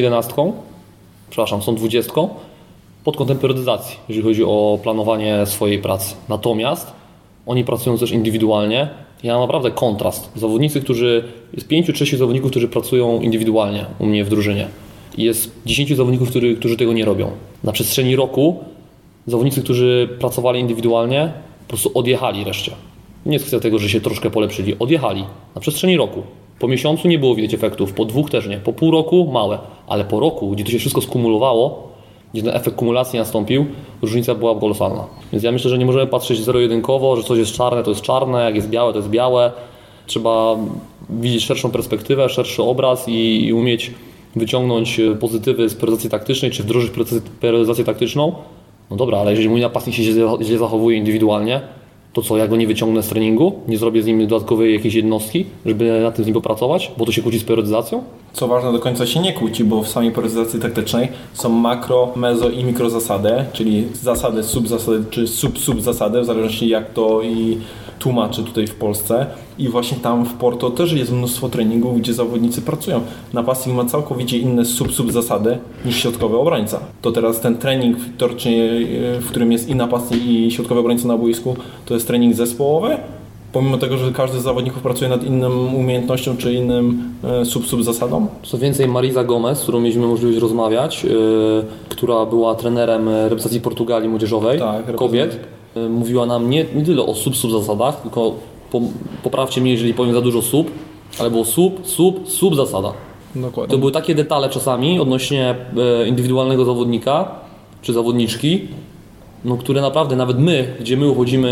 20 pod kątem periodyzacji, jeżeli chodzi o planowanie swojej pracy. Natomiast oni pracują też indywidualnie. Ja mam naprawdę kontrast. Jest 5 czy 6 zawodników, którzy pracują indywidualnie u mnie w drużynie. I jest 10 zawodników, którzy tego nie robią. Na przestrzeni roku zawodnicy, którzy pracowali indywidualnie, po prostu odjechali reszcie. Nie jest kwestia tego, że się troszkę polepszyli. Odjechali. Na przestrzeni roku. Po miesiącu nie było widać efektów, po 2 też nie. Po pół roku małe. Ale po roku, gdzie to się wszystko skumulowało, gdzie ten efekt kumulacji nastąpił, różnica była kolosalna. Więc ja myślę, że nie możemy patrzeć zero-jedynkowo, że coś jest czarne, to jest czarne, jak jest białe, to jest białe. Trzeba widzieć szerszą perspektywę, szerszy obraz i umieć wyciągnąć pozytywy z periodyzacji taktycznej, czy wdrożyć periodyzację taktyczną. No dobra, ale jeżeli mój napastnik się źle zachowuje indywidualnie, to co, ja go nie wyciągnę z treningu? Nie zrobię z nim dodatkowej jakiejś jednostki, żeby nad tym z nim popracować? Bo to się kłóci z periodyzacją? Co ważne, do końca się nie kłóci, bo w samej periodyzacji taktycznej są makro, mezo i mikro zasady, czyli zasady, subzasady czy sub-zasady, w zależności jak to i tłumaczy tutaj w Polsce. I właśnie tam w Porto też jest mnóstwo treningów, gdzie zawodnicy pracują. Napastnik ma całkowicie inne sub-zasady niż środkowy obrońca. To teraz ten trening, w którym jest i napastnik i środkowy obrońca na boisku, to jest trening zespołowy, pomimo tego, że każdy z zawodników pracuje nad inną umiejętnością czy innym sub-zasadą? Co więcej, Marisa Gomez, z którą mieliśmy możliwość rozmawiać, która była trenerem reprezentacji Portugalii młodzieżowej, kobiet, mówiła nam nie tyle o sub-zasadach, tylko poprawcie mnie, jeżeli powiem za dużo sub, ale było sub zasada. Dokładnie. To były takie detale czasami odnośnie indywidualnego zawodnika czy zawodniczki, no, które naprawdę nawet my, gdzie my uchodzimy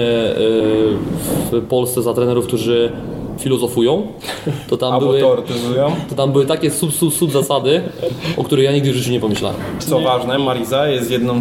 w Polsce za trenerów, którzy filozofują, to tam były takie sub zasady, o których ja nigdy w życiu nie pomyślałem. Co ważne, Marisa jest jedną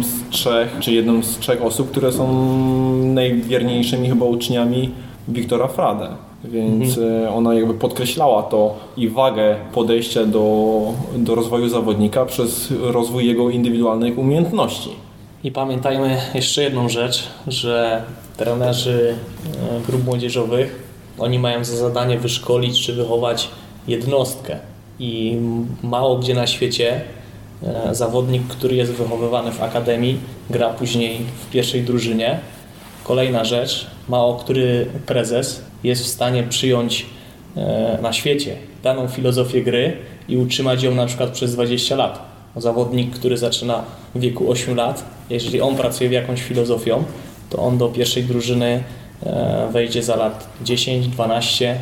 z trzech osób, które są najwierniejszymi chyba uczniami Wiktora Frade. Więc ona jakby podkreślała to i wagę podejścia do rozwoju zawodnika przez rozwój jego indywidualnych umiejętności. I pamiętajmy jeszcze jedną rzecz, że trenerzy grup młodzieżowych, oni mają za zadanie wyszkolić czy wychować jednostkę. I mało gdzie na świecie zawodnik, który jest wychowywany w akademii, gra później w pierwszej drużynie. Kolejna rzecz, mało który prezes jest w stanie przyjąć na świecie daną filozofię gry i utrzymać ją na przykład przez 20 lat. Zawodnik, który zaczyna w wieku 8 lat, jeżeli on pracuje w jakąś filozofią, to on do pierwszej drużyny wejdzie za lat 10, 12,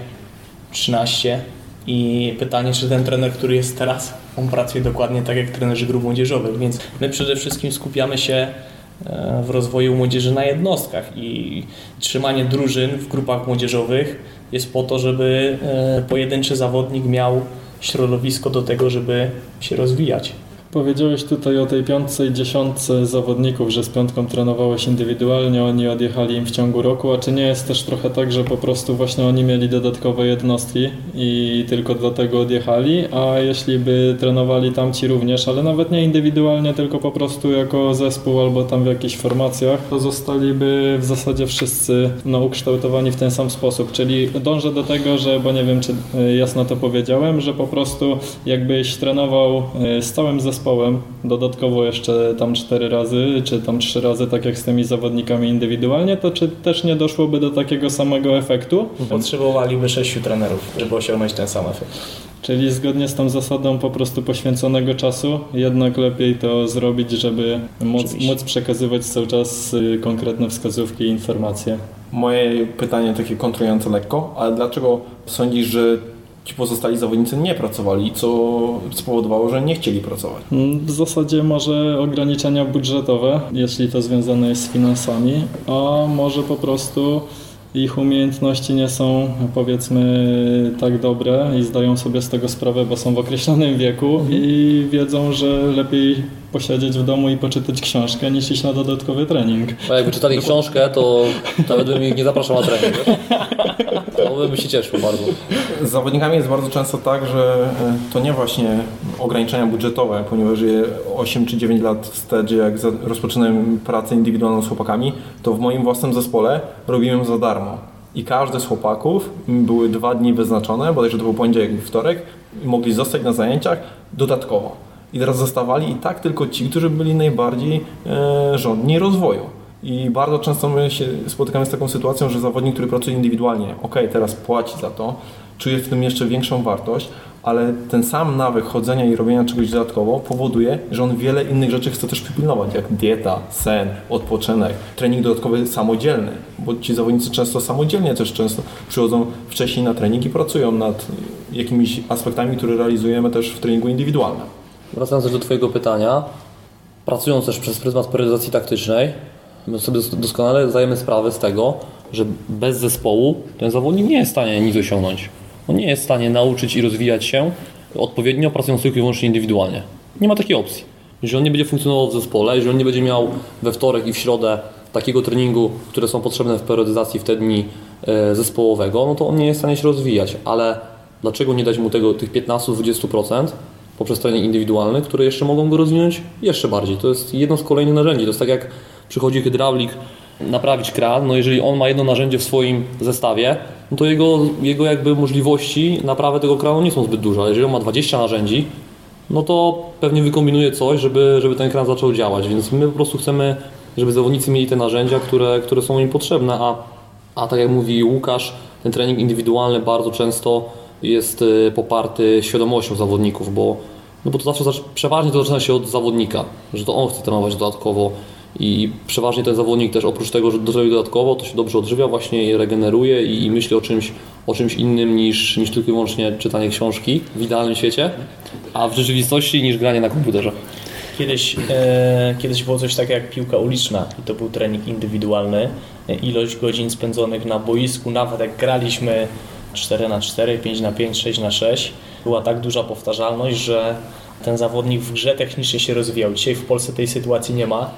13 i pytanie, czy ten trener, który jest teraz, on pracuje dokładnie tak jak trenerzy grup młodzieżowych, więc my przede wszystkim skupiamy się w rozwoju młodzieży na jednostkach i trzymanie drużyn w grupach młodzieżowych jest po to, żeby pojedynczy zawodnik miał środowisko do tego, żeby się rozwijać. Powiedziałeś tutaj o tej 5. i 10. zawodników, że z 5 trenowałeś indywidualnie, oni odjechali im w ciągu roku, a czy nie jest też trochę tak, że po prostu właśnie oni mieli dodatkowe jednostki i tylko dlatego odjechali, a jeśli by trenowali tamci również, ale nawet nie indywidualnie, tylko po prostu jako zespół albo tam w jakichś formacjach, to zostaliby w zasadzie wszyscy ukształtowani w ten sam sposób, czyli dążę do tego, że, bo nie wiem, czy jasno to powiedziałem, że po prostu jakbyś trenował z całym zespołem, dodatkowo jeszcze tam 4 razy, czy tam 3 razy, tak jak z tymi zawodnikami indywidualnie, to czy też nie doszłoby do takiego samego efektu? Potrzebowaliby 6 trenerów, żeby osiągnąć ten sam efekt. Czyli zgodnie z tą zasadą po prostu poświęconego czasu, jednak lepiej to zrobić, żeby móc przekazywać cały czas konkretne wskazówki i informacje. Moje pytanie takie kontrujące lekko, ale dlaczego sądzisz, że ci pozostali zawodnicy nie pracowali i co spowodowało, że nie chcieli pracować? W zasadzie może ograniczenia budżetowe, jeśli to związane jest z finansami, a może po prostu ich umiejętności nie są, powiedzmy, tak dobre i zdają sobie z tego sprawę, bo są w określonym wieku i wiedzą, że lepiej posiedzieć w domu i poczytać książkę, niż iść na dodatkowy trening. A jakby czytali książkę, to nawet bym ich nie zapraszał na trening, wiesz? To by się cieszył bardzo. Z zawodnikami jest bardzo często tak, że to nie właśnie ograniczenia budżetowe, ponieważ 8 czy 9 lat wstecz, jak rozpoczynałem pracę indywidualną z chłopakami, to w moim własnym zespole robiłem ją za darmo. I każdy z chłopaków, były 2 dni wyznaczone, bodajże to był poniedziałek i wtorek, i mogli zostać na zajęciach dodatkowo. I teraz zostawali i tak tylko ci, którzy byli najbardziej żądni rozwoju. I bardzo często my się spotykamy z taką sytuacją, że zawodnik, który pracuje indywidualnie, teraz płaci za to, czuje w tym jeszcze większą wartość, ale ten sam nawyk chodzenia i robienia czegoś dodatkowo powoduje, że on wiele innych rzeczy chce też przypilnować, jak dieta, sen, odpoczynek, trening dodatkowy samodzielny, bo ci zawodnicy często samodzielnie też często przychodzą wcześniej na trening i pracują nad jakimiś aspektami, które realizujemy też w treningu indywidualnym. Wracając do Twojego pytania, pracując też przez pryzmat periodizacji taktycznej, my sobie doskonale zdajemy sprawę z tego, że bez zespołu ten zawodnik nie jest w stanie nic osiągnąć. On nie jest w stanie nauczyć i rozwijać się odpowiednio, pracując tylko i wyłącznie indywidualnie. Nie ma takiej opcji. Jeżeli on nie będzie funkcjonował w zespole, jeżeli on nie będzie miał we wtorek i w środę takiego treningu, które są potrzebne w periodyzacji w te dni zespołowego, no to on nie jest w stanie się rozwijać. Ale dlaczego nie dać mu tych 15-20% poprzez trening indywidualny, które jeszcze mogą go rozwinąć jeszcze bardziej? To jest jedno z kolejnych narzędzi. To jest tak jak przychodzi hydraulik naprawić kran, no jeżeli on ma jedno narzędzie w swoim zestawie, no to jego jakby możliwości naprawy tego kranu nie są zbyt duże, ale jeżeli on ma 20 narzędzi, no to pewnie wykombinuje coś, żeby ten kran zaczął działać, więc my po prostu chcemy, żeby zawodnicy mieli te narzędzia, które są im potrzebne, a tak jak mówi Łukasz, ten trening indywidualny bardzo często jest poparty świadomością zawodników, bo to zawsze przeważnie to zaczyna się od zawodnika, że to on chce trenować dodatkowo i przeważnie ten zawodnik też oprócz tego, że zrobi dodatkowo, to się dobrze odżywia właśnie i regeneruje i myśli o czymś innym niż tylko i wyłącznie czytanie książki w idealnym świecie, a w rzeczywistości niż granie na komputerze. Kiedyś było coś takiego jak piłka uliczna i to był trening indywidualny. Ilość godzin spędzonych na boisku, nawet jak graliśmy 4x4, 5x5, 6x6, była tak duża powtarzalność, że ten zawodnik w grze technicznie się rozwijał. Dzisiaj w Polsce tej sytuacji nie ma.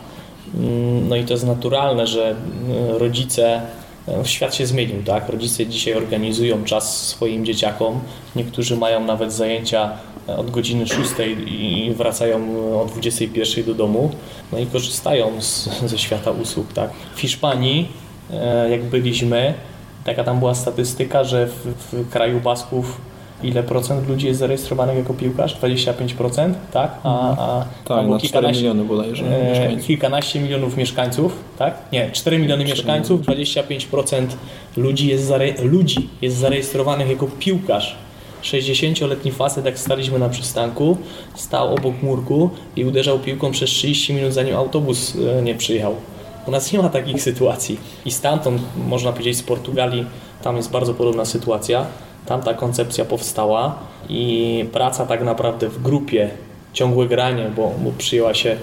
No i to jest naturalne, że rodzice, świat się zmienił, tak? Rodzice dzisiaj organizują czas swoim dzieciakom. Niektórzy mają nawet zajęcia od godziny 6 i wracają o 21 do domu. No i korzystają ze świata usług, tak? W Hiszpanii, jak byliśmy, taka tam była statystyka, że w kraju Basków ile procent ludzi jest zarejestrowanych jako piłkarz? 25%, tak? Tak, na 4 miliony bodajże mieszkańców. Kilkanaście milionów mieszkańców, tak? Nie, 4 miliony mieszkańców, 25% ludzi jest zarejestrowanych jako piłkarz. 60-letni facet, jak staliśmy na przystanku, stał obok murku i uderzał piłką przez 30 minut, zanim autobus nie przyjechał. U nas nie ma takich sytuacji. I stamtąd, można powiedzieć, z Portugalii, tam jest bardzo podobna sytuacja. Tam ta koncepcja powstała i praca tak naprawdę w grupie, ciągłe granie, bo przyjęła się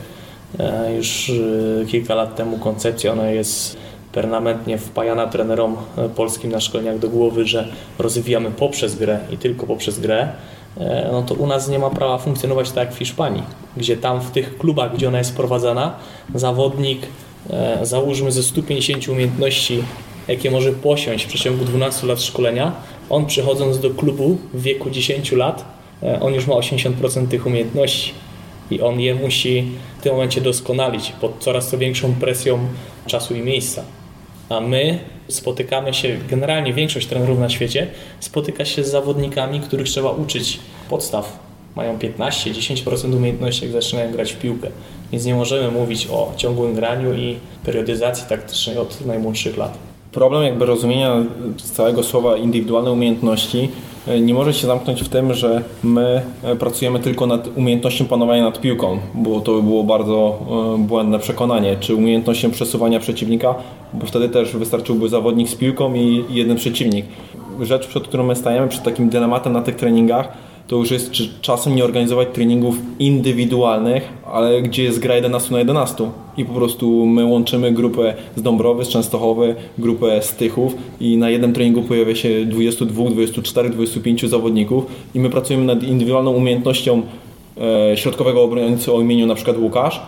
już kilka lat temu koncepcja, ona jest permanentnie wpajana trenerom polskim na szkoleniach do głowy, że rozwijamy poprzez grę i tylko poprzez grę, no to u nas nie ma prawa funkcjonować tak jak w Hiszpanii, gdzie tam w tych klubach, gdzie ona jest prowadzona, zawodnik, załóżmy ze 150 umiejętności, jakie może posiąść w przeciągu 12 lat szkolenia, on przychodząc do klubu w wieku 10 lat, on już ma 80% tych umiejętności i on je musi w tym momencie doskonalić pod coraz to większą presją czasu i miejsca. A my spotykamy się, generalnie większość trenerów na świecie spotyka się z zawodnikami, których trzeba uczyć podstaw. Mają 15-10% umiejętności, jak zaczynają grać w piłkę. Więc nie możemy mówić o ciągłym graniu i periodyzacji taktycznej od najmłodszych lat. Problem jakby rozumienia całego słowa indywidualne umiejętności nie może się zamknąć w tym, że my pracujemy tylko nad umiejętnością panowania nad piłką, bo to by było bardzo błędne przekonanie, czy umiejętnością przesuwania przeciwnika, bo wtedy też wystarczyłby zawodnik z piłką i jeden przeciwnik. Rzecz, przed którą my stajemy, przed takim dylematem na tych treningach, to już jest, czy czasem nie organizować treningów indywidualnych, ale gdzie jest gra 11 na 11 i po prostu my łączymy grupę z Dąbrowy, z Częstochowy, grupę z Tychów i na jednym treningu pojawia się 22, 24, 25 zawodników i my pracujemy nad indywidualną umiejętnością środkowego obrońcy o imieniu na przykład Łukasz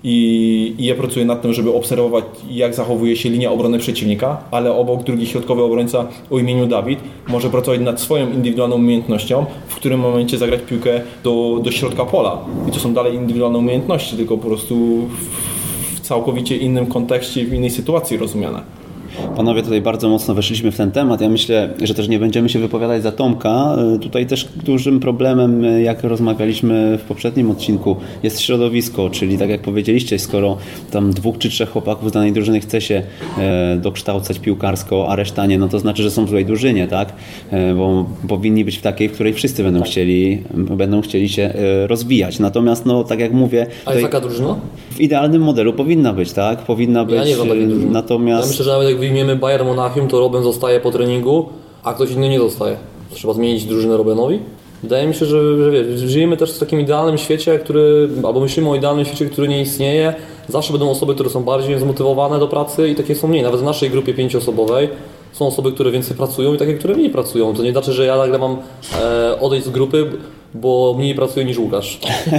i ja pracuję nad tym, żeby obserwować, jak zachowuje się linia obrony przeciwnika, ale obok drugi środkowy obrońca o imieniu Dawid może pracować nad swoją indywidualną umiejętnością, w którym momencie zagrać piłkę do środka pola. I to są dalej indywidualne umiejętności, tylko po prostu w całkowicie innym kontekście, w innej sytuacji rozumiane. Panowie, tutaj bardzo mocno weszliśmy w ten temat. Ja myślę, że też nie będziemy się wypowiadać za Tomka. Tutaj też dużym problemem, jak rozmawialiśmy w poprzednim odcinku, jest środowisko, czyli tak jak powiedzieliście, skoro tam 2 czy 3 chłopaków z danej drużyny chce się dokształcać piłkarsko, a reszta nie, no to znaczy, że są w złej drużynie, tak? Bo powinni być w takiej, w której wszyscy będą chcieli się rozwijać. Natomiast, no tak jak mówię... A jest taka drużyna? W idealnym modelu powinna być, tak? Powinna być. Ja nie znam takiej drużyny. Natomiast... Ja myślę, że nawet jak wyjmiemy Bayern Monachium, to Robben zostaje po treningu, a ktoś inny nie zostaje. Trzeba zmienić drużynę Robbenowi. Wydaje mi się, że żyjemy też w takim idealnym świecie, albo myślimy o idealnym świecie, który nie istnieje. Zawsze będą osoby, które są bardziej zmotywowane do pracy i takie są mniej. Nawet w naszej grupie 5-osobowej są osoby, które więcej pracują i takie, które mniej pracują. To nie znaczy, że ja nagle mam odejść z grupy, bo mniej pracuje niż Łukasz.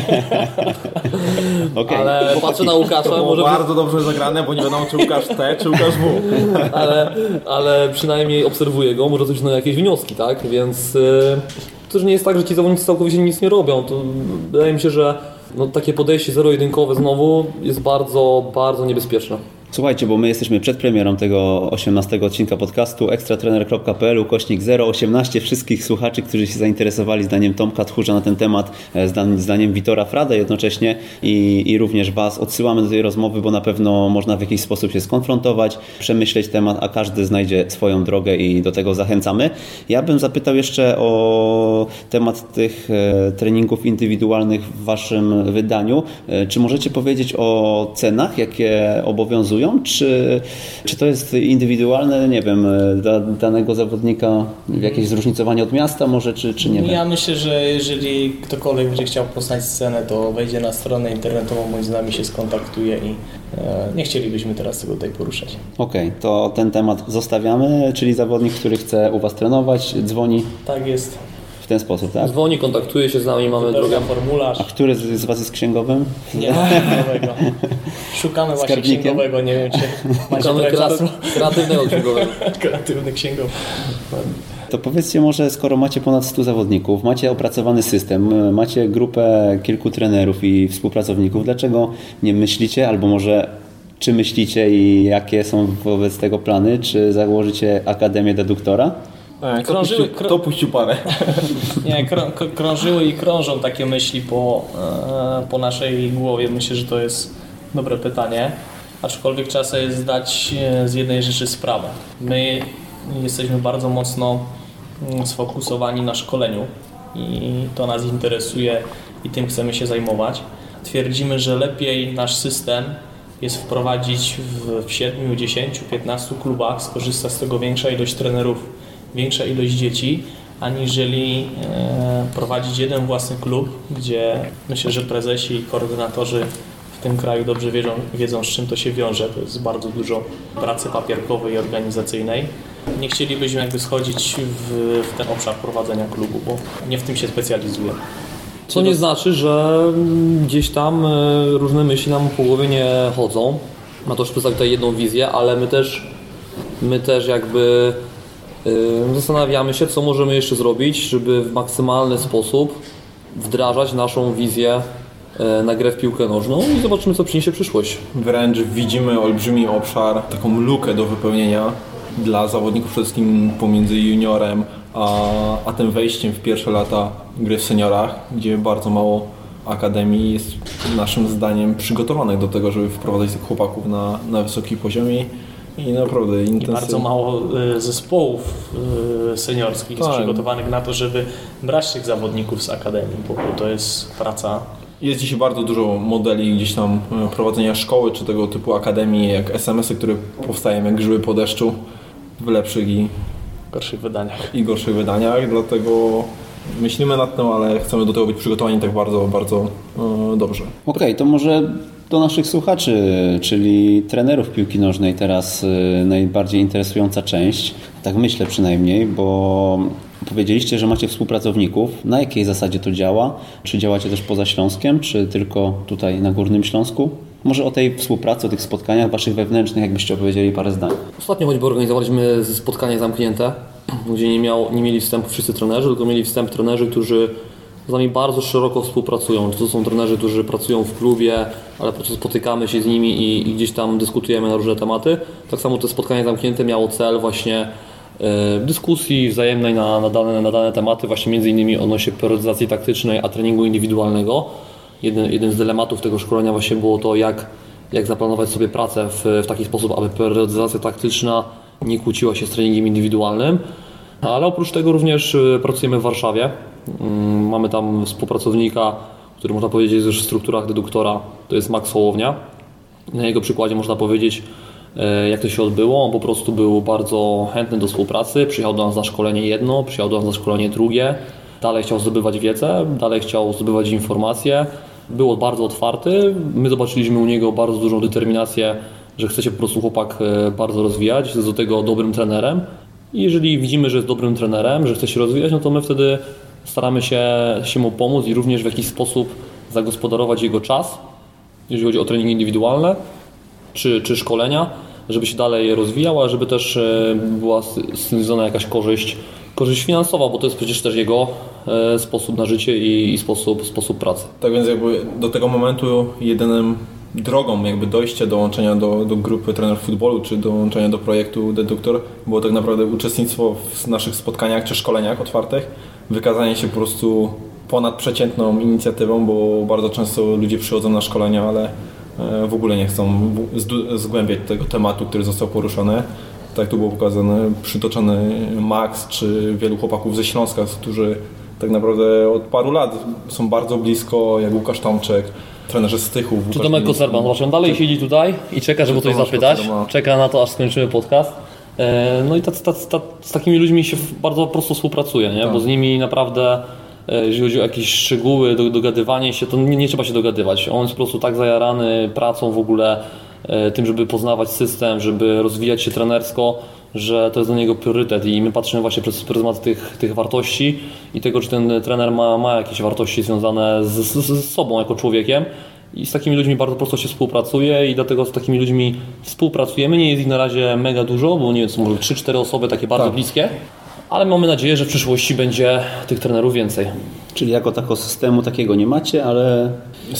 Okay. Ale patrzę na Łukasza. To było bardzo dobrze zagrane, bo nie wiadomo, czy Łukasz T, czy Łukasz W. ale przynajmniej obserwuję go, może wyciągnąć jakieś wnioski, tak? Więc to też nie jest tak, że ci zawodnicy całkowicie nic nie robią. To wydaje mi się, że takie podejście zero-jedynkowe znowu jest bardzo, bardzo niebezpieczne. Słuchajcie, bo my jesteśmy przed premierą tego 18 odcinka podcastu ekstratrener.pl/018. Wszystkich słuchaczy, którzy się zainteresowali zdaniem Tomka Tchórza na ten temat, zdaniem Witora Frada jednocześnie i również Was odsyłamy do tej rozmowy, bo na pewno można w jakiś sposób się skonfrontować, przemyśleć temat, a każdy znajdzie swoją drogę i do tego zachęcamy. Ja bym zapytał jeszcze o temat tych treningów indywidualnych w Waszym wydaniu. Czy możecie powiedzieć o cenach, jakie obowiązują? Czy to jest indywidualne, nie wiem, dla danego zawodnika jakieś zróżnicowanie od miasta może, czy nie wiem? Ja myślę, że jeżeli ktokolwiek będzie chciał poznać cenę, to wejdzie na stronę internetową, bądź z nami się skontaktuje i nie chcielibyśmy teraz tego tutaj poruszać. Okej, to ten temat zostawiamy, czyli zawodnik, który chce u Was trenować, dzwoni Tak jest. w ten sposób, tak? Dzwoni, kontaktuje się z nami, mamy drogę. Formularz. A który z Was jest księgowym? Nie ma księgowego. Szukamy właśnie Skarbnikiem? księgowego, nie wiem czy macie Szukamy trochę czasu. kreatywnego księgowego. Kreatywny księgowy. To powiedzcie może, skoro macie ponad 100 zawodników, macie opracowany system, macie grupę kilku trenerów i współpracowników, dlaczego nie myślicie, albo może czy myślicie i jakie są wobec tego plany, czy założycie Akademię Deduktora? Kto puścił parę? Nie, krążyły i krążą takie myśli po naszej głowie. Myślę, że to jest dobre pytanie. Aczkolwiek trzeba sobie zdać z jednej rzeczy sprawę. My jesteśmy bardzo mocno sfokusowani na szkoleniu i to nas interesuje i tym chcemy się zajmować. Twierdzimy, że lepiej nasz system jest wprowadzić w 7, 10, 15 klubach, skorzysta z tego większa ilość trenerów, większa ilość dzieci, aniżeli prowadzić jeden własny klub, gdzie myślę, że prezesi i koordynatorzy w tym kraju dobrze wiedzą, z czym to się wiąże. To jest bardzo dużo pracy papierkowej i organizacyjnej. Nie chcielibyśmy jakby schodzić w ten obszar prowadzenia klubu, bo nie w tym się specjalizujemy. Co nie znaczy, że gdzieś tam różne myśli nam po głowie nie chodzą. Ma to już przedstawić tutaj jedną wizję, ale my też jakby zastanawiamy się, co możemy jeszcze zrobić, żeby w maksymalny sposób wdrażać naszą wizję na grę w piłkę nożną i zobaczymy, co przyniesie przyszłość. Wręcz widzimy olbrzymi obszar, taką lukę do wypełnienia dla zawodników, przede wszystkim pomiędzy juniorem a tym wejściem w pierwsze lata gry w seniorach, gdzie bardzo mało akademii jest naszym zdaniem przygotowanych do tego, żeby wprowadzać tych chłopaków na wysokim poziomie i naprawdę intensywnie. I bardzo mało zespołów seniorskich jest przygotowanych na to, żeby brać tych zawodników z akademii, bo to jest praca. Jest dzisiaj bardzo dużo modeli gdzieś tam prowadzenia szkoły czy tego typu akademii, jak SMS-y, które powstają jak grzyby po deszczu w lepszych i gorszych wydaniach, dlatego myślimy nad tym, ale chcemy do tego być przygotowani tak bardzo, bardzo dobrze. Okej, to może do naszych słuchaczy, czyli trenerów piłki nożnej teraz najbardziej interesująca część, tak myślę przynajmniej, bo powiedzieliście, że macie współpracowników. Na jakiej zasadzie to działa? Czy działacie też poza Śląskiem, czy tylko tutaj na Górnym Śląsku? Może o tej współpracy, o tych spotkaniach waszych wewnętrznych, jakbyście opowiedzieli parę zdań. Ostatnio choćby organizowaliśmy spotkanie zamknięte, gdzie nie mieli wstępu wszyscy trenerzy, tylko mieli wstęp trenerzy, którzy z nami bardzo szeroko współpracują. To są trenerzy, którzy pracują w klubie, ale po prostu spotykamy się z nimi i gdzieś tam dyskutujemy na różne tematy. Tak samo to spotkanie zamknięte miało cel właśnie dyskusji wzajemnej na dane tematy, właśnie między innymi odnośnie periodyzacji taktycznej, a treningu indywidualnego. Jeden z dylematów tego szkolenia właśnie było to, jak zaplanować sobie pracę w taki sposób, aby periodyzacja taktyczna nie kłóciła się z treningiem indywidualnym. Ale oprócz tego również pracujemy w Warszawie. Mamy tam współpracownika, który można powiedzieć jest już w strukturach deduktora, to jest Max Hołownia. Na jego przykładzie można powiedzieć, jak to się odbyło. On po prostu był bardzo chętny do współpracy, przyjechał do nas na szkolenie jedno, przyjechał do nas na szkolenie drugie, dalej chciał zdobywać wiedzę, dalej chciał zdobywać informacje, był bardzo otwarty. My zobaczyliśmy u niego bardzo dużą determinację, że chce się po prostu chłopak bardzo rozwijać, jest do tego dobrym trenerem. I jeżeli widzimy, że jest dobrym trenerem, że chce się rozwijać, no to my wtedy staramy się mu pomóc i również w jakiś sposób zagospodarować jego czas, jeżeli chodzi o treningi indywidualne czy szkolenia, żeby się dalej rozwijał, a żeby też była z tym związana jakaś korzyść finansowa, bo to jest przecież też jego sposób na życie i sposób pracy. Tak więc jakby do tego momentu jedynym drogą jakby dojścia, dołączenia do grupy trenerów futbolu, czy dołączenia do projektu Deduktor było tak naprawdę uczestnictwo w naszych spotkaniach czy szkoleniach otwartych, wykazanie się po prostu ponadprzeciętną inicjatywą, bo bardzo często ludzie przychodzą na szkolenia, ale w ogóle nie chcą zgłębiać tego tematu, który został poruszony. Tak tu było pokazane, przytoczony Max, czy wielu chłopaków ze Śląska, którzy tak naprawdę od paru lat są bardzo blisko, jak Łukasz Tomczek, trenerzy z Tychów. Czy Tomek Kocerban, właśnie on dalej siedzi tutaj i czeka, żeby coś zapytać. Czeka na to, aż skończymy podcast. No i z takimi ludźmi się bardzo prosto współpracuje, nie? Bo z nimi naprawdę, jeżeli chodzi o jakieś szczegóły, dogadywanie się, to nie trzeba się dogadywać. On jest po prostu tak zajarany pracą w ogóle, tym, żeby poznawać system, żeby rozwijać się trenersko, że to jest dla niego priorytet i my patrzymy właśnie przez pryzmat tych wartości i tego, czy ten trener ma jakieś wartości związane z sobą jako człowiekiem. I z takimi ludźmi bardzo prosto się współpracuje i dlatego z takimi ludźmi współpracujemy. Nie jest ich na razie mega dużo, bo nie wiem, może 3-4 osoby takie bardzo bliskie, ale mamy nadzieję, że w przyszłości będzie tych trenerów więcej. Czyli jako takiego systemu takiego nie macie, ale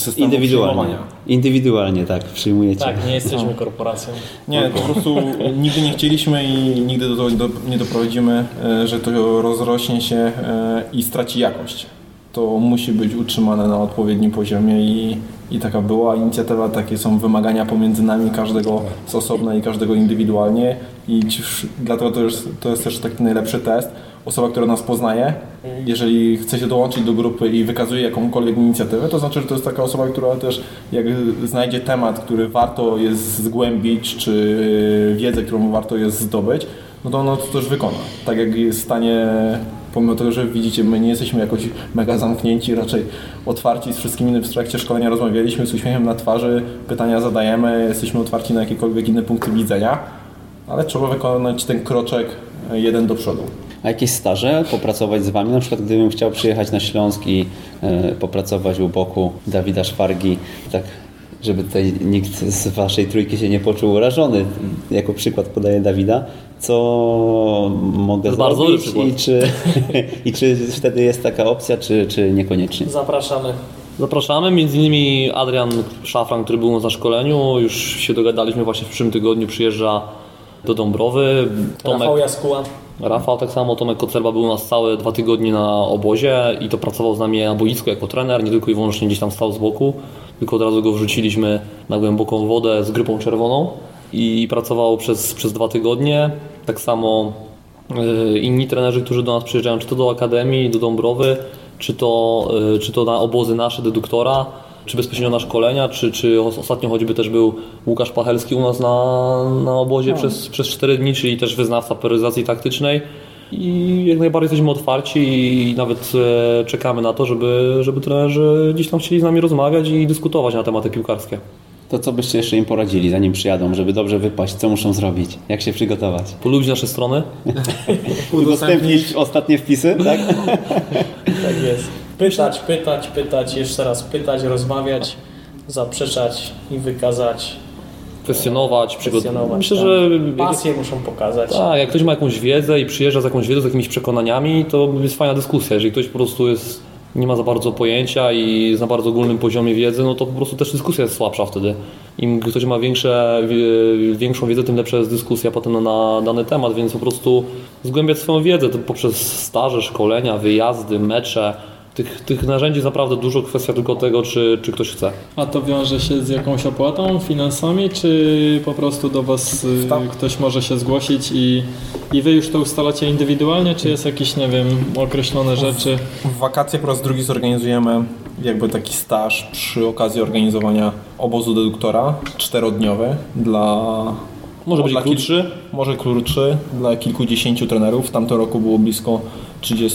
indywidualnie tak, przyjmujecie. Tak, nie jesteśmy korporacją. Nie, po prostu nigdy nie chcieliśmy i nigdy do tego nie doprowadzimy, że to rozrośnie się i straci jakość. To musi być utrzymane na odpowiednim poziomie i taka była inicjatywa, takie są wymagania pomiędzy nami, każdego z osobna i każdego indywidualnie i dlatego to jest też taki najlepszy test. Osoba, która nas poznaje, jeżeli chce się dołączyć do grupy i wykazuje jakąkolwiek inicjatywę, to znaczy, że to jest taka osoba, która też jak znajdzie temat, który warto jest zgłębić, czy wiedzę, którą warto jest zdobyć, no to ona to też wykona. Tak jak jest w stanie, pomimo tego, że widzicie, my nie jesteśmy jakoś mega zamknięci, raczej otwarci z wszystkimi w trakcie szkolenia rozmawialiśmy z uśmiechem na twarzy, pytania zadajemy, jesteśmy otwarci na jakiekolwiek inne punkty widzenia, ale trzeba wykonać ten kroczek jeden do przodu. A jakieś staże popracować z Wami? Na przykład gdybym chciał przyjechać na Śląsk i popracować u boku Dawida Szwargi, tak żeby tutaj nikt z Waszej trójki się nie poczuł urażony. Jako przykład podaję Dawida. Co mogę zrobić i czy wtedy jest taka opcja, czy niekoniecznie? Zapraszamy, między innymi Adrian Szafran, który był na szkoleniu, już się dogadaliśmy, właśnie w przyszłym tygodniu przyjeżdża do Dąbrowy. Rafał Jaskuła. Rafał tak samo, Tomek Kocerba był u nas całe 2 tygodnie na obozie i to pracował z nami na boisku jako trener, nie tylko i wyłącznie gdzieś tam stał z boku, tylko od razu go wrzuciliśmy na głęboką wodę z Grypą Czerwoną i pracował przez 2 tygodnie. Tak samo inni trenerzy, którzy do nas przyjeżdżają, czy to do Akademii, do Dąbrowy, czy to na obozy nasze Deduktora, czy bezpośrednio na szkolenia, czy ostatnio choćby też był Łukasz Pachelski u nas na obozie przez 4 dni, czyli też wyznawca periodyzacji taktycznej i jak najbardziej jesteśmy otwarci i nawet czekamy na to, żeby trenerzy gdzieś tam chcieli z nami rozmawiać i dyskutować na tematy piłkarskie. To co byście jeszcze im poradzili, zanim przyjadą, żeby dobrze wypaść? Co muszą zrobić? Jak się przygotować? Polubić nasze strony. Udostępnić ostatnie wpisy, tak? Tak jest. Pytać, jeszcze raz pytać, rozmawiać, zaprzeczać i wykazać. Kwestionować. Myślę, tak. że pasję muszą pokazać. Tak, jak ktoś ma jakąś wiedzę i przyjeżdża z jakąś wiedzą, z jakimiś przekonaniami, to jest fajna dyskusja. Jeżeli ktoś po prostu nie ma za bardzo pojęcia i jest na bardzo ogólnym poziomie wiedzy, no to po prostu też dyskusja jest słabsza wtedy. Im ktoś ma większą wiedzę, tym lepsza jest dyskusja potem na dany temat, więc po prostu zgłębiać swoją wiedzę poprzez staże, szkolenia, wyjazdy, mecze. Tych narzędzi jest naprawdę dużo, kwestia tylko tego, czy ktoś chce. A to wiąże się z jakąś opłatą, finansami, czy po prostu do Was ktoś może się zgłosić i Wy już to ustalacie indywidualnie, czy jest jakieś, nie wiem, określone rzeczy? W wakacje po raz drugi zorganizujemy jakby taki staż przy okazji organizowania obozu Deduktora 4-dniowy Może być krótszy? Może krótszy, dla kilkudziesięciu trenerów. W tamtym roku było blisko 30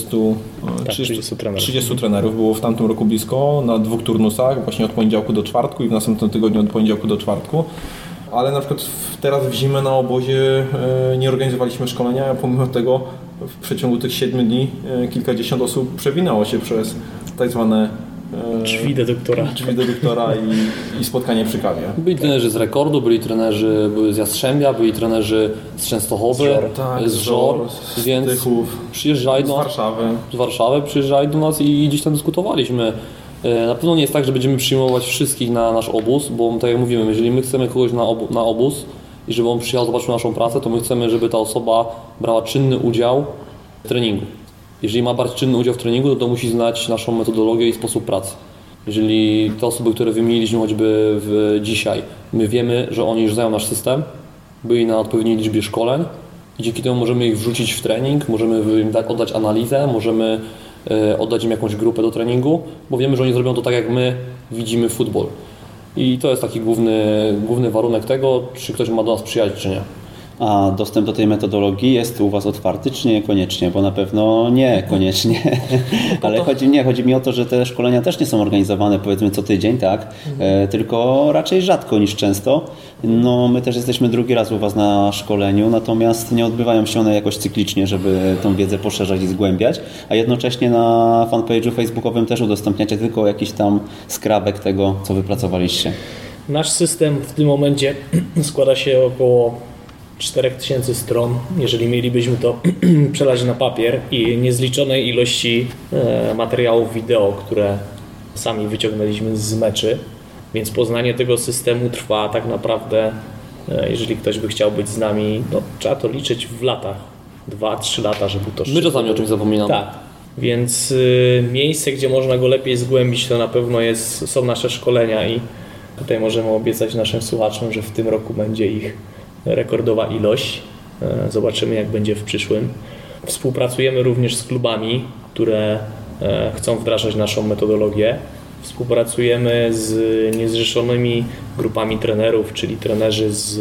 trenerów było w tamtym roku blisko, na 2 turnusach, właśnie od poniedziałku do czwartku i w następnym tygodniu od poniedziałku do czwartku. Ale na przykład teraz w zimę na obozie nie organizowaliśmy szkolenia, a pomimo tego w przeciągu tych 7 dni kilkadziesiąt osób przewinęło się przez tak zwane drzwi deduktora i spotkanie przy kawie. Byli trenerzy z Rekordu, byli trenerzy z Jastrzębia, byli trenerzy z Częstochowy, z Żor, więc Tychów, przyjeżdżali z Warszawy. Przyjeżdżali do nas i gdzieś tam dyskutowaliśmy. Na pewno nie jest tak, że będziemy przyjmować wszystkich na nasz obóz, bo tak jak mówimy, jeżeli my chcemy kogoś na obóz i żeby on przyjechał, zobaczył naszą pracę, to my chcemy, żeby ta osoba brała czynny udział w treningu. Jeżeli ma brać czynny udział w treningu, to musi znać naszą metodologię i sposób pracy. Jeżeli te osoby, które wymieniliśmy choćby dzisiaj, my wiemy, że oni już znają nasz system, byli na odpowiedniej liczbie szkoleń i dzięki temu możemy ich wrzucić w trening, możemy im oddać analizę, możemy oddać im jakąś grupę do treningu, bo wiemy, że oni zrobią to tak, jak my widzimy futbol. I to jest taki główny warunek tego, czy ktoś ma do nas przyjechać, czy nie. A dostęp do tej metodologii jest u Was otwarty, czy niekoniecznie? Bo na pewno niekoniecznie. Ale chodzi mi o to, że te szkolenia też nie są organizowane powiedzmy co tydzień, tak? Tylko raczej rzadko niż często. No, my też jesteśmy drugi raz u Was na szkoleniu, natomiast nie odbywają się one jakoś cyklicznie, żeby tą wiedzę poszerzać i zgłębiać, a jednocześnie na fanpage'u facebookowym też udostępniacie tylko jakiś tam skrawek tego, co wypracowaliście. Nasz system w tym momencie składa się około 4000 stron, jeżeli mielibyśmy to przelać na papier i niezliczonej ilości materiałów wideo, które sami wyciągnęliśmy z meczy, więc poznanie tego systemu trwa tak naprawdę, jeżeli ktoś by chciał być z nami, no, trzeba to liczyć w latach, 2-3 lata, żeby to... My czasami o czymś zapominamy. Tak, więc miejsce, gdzie można go lepiej zgłębić, to na pewno są nasze szkolenia i tutaj możemy obiecać naszym słuchaczom, że w tym roku będzie ich rekordowa ilość. Zobaczymy, jak będzie w przyszłym. Współpracujemy również z klubami, które chcą wdrażać naszą metodologię. Współpracujemy z niezrzeszonymi grupami trenerów, czyli trenerzy z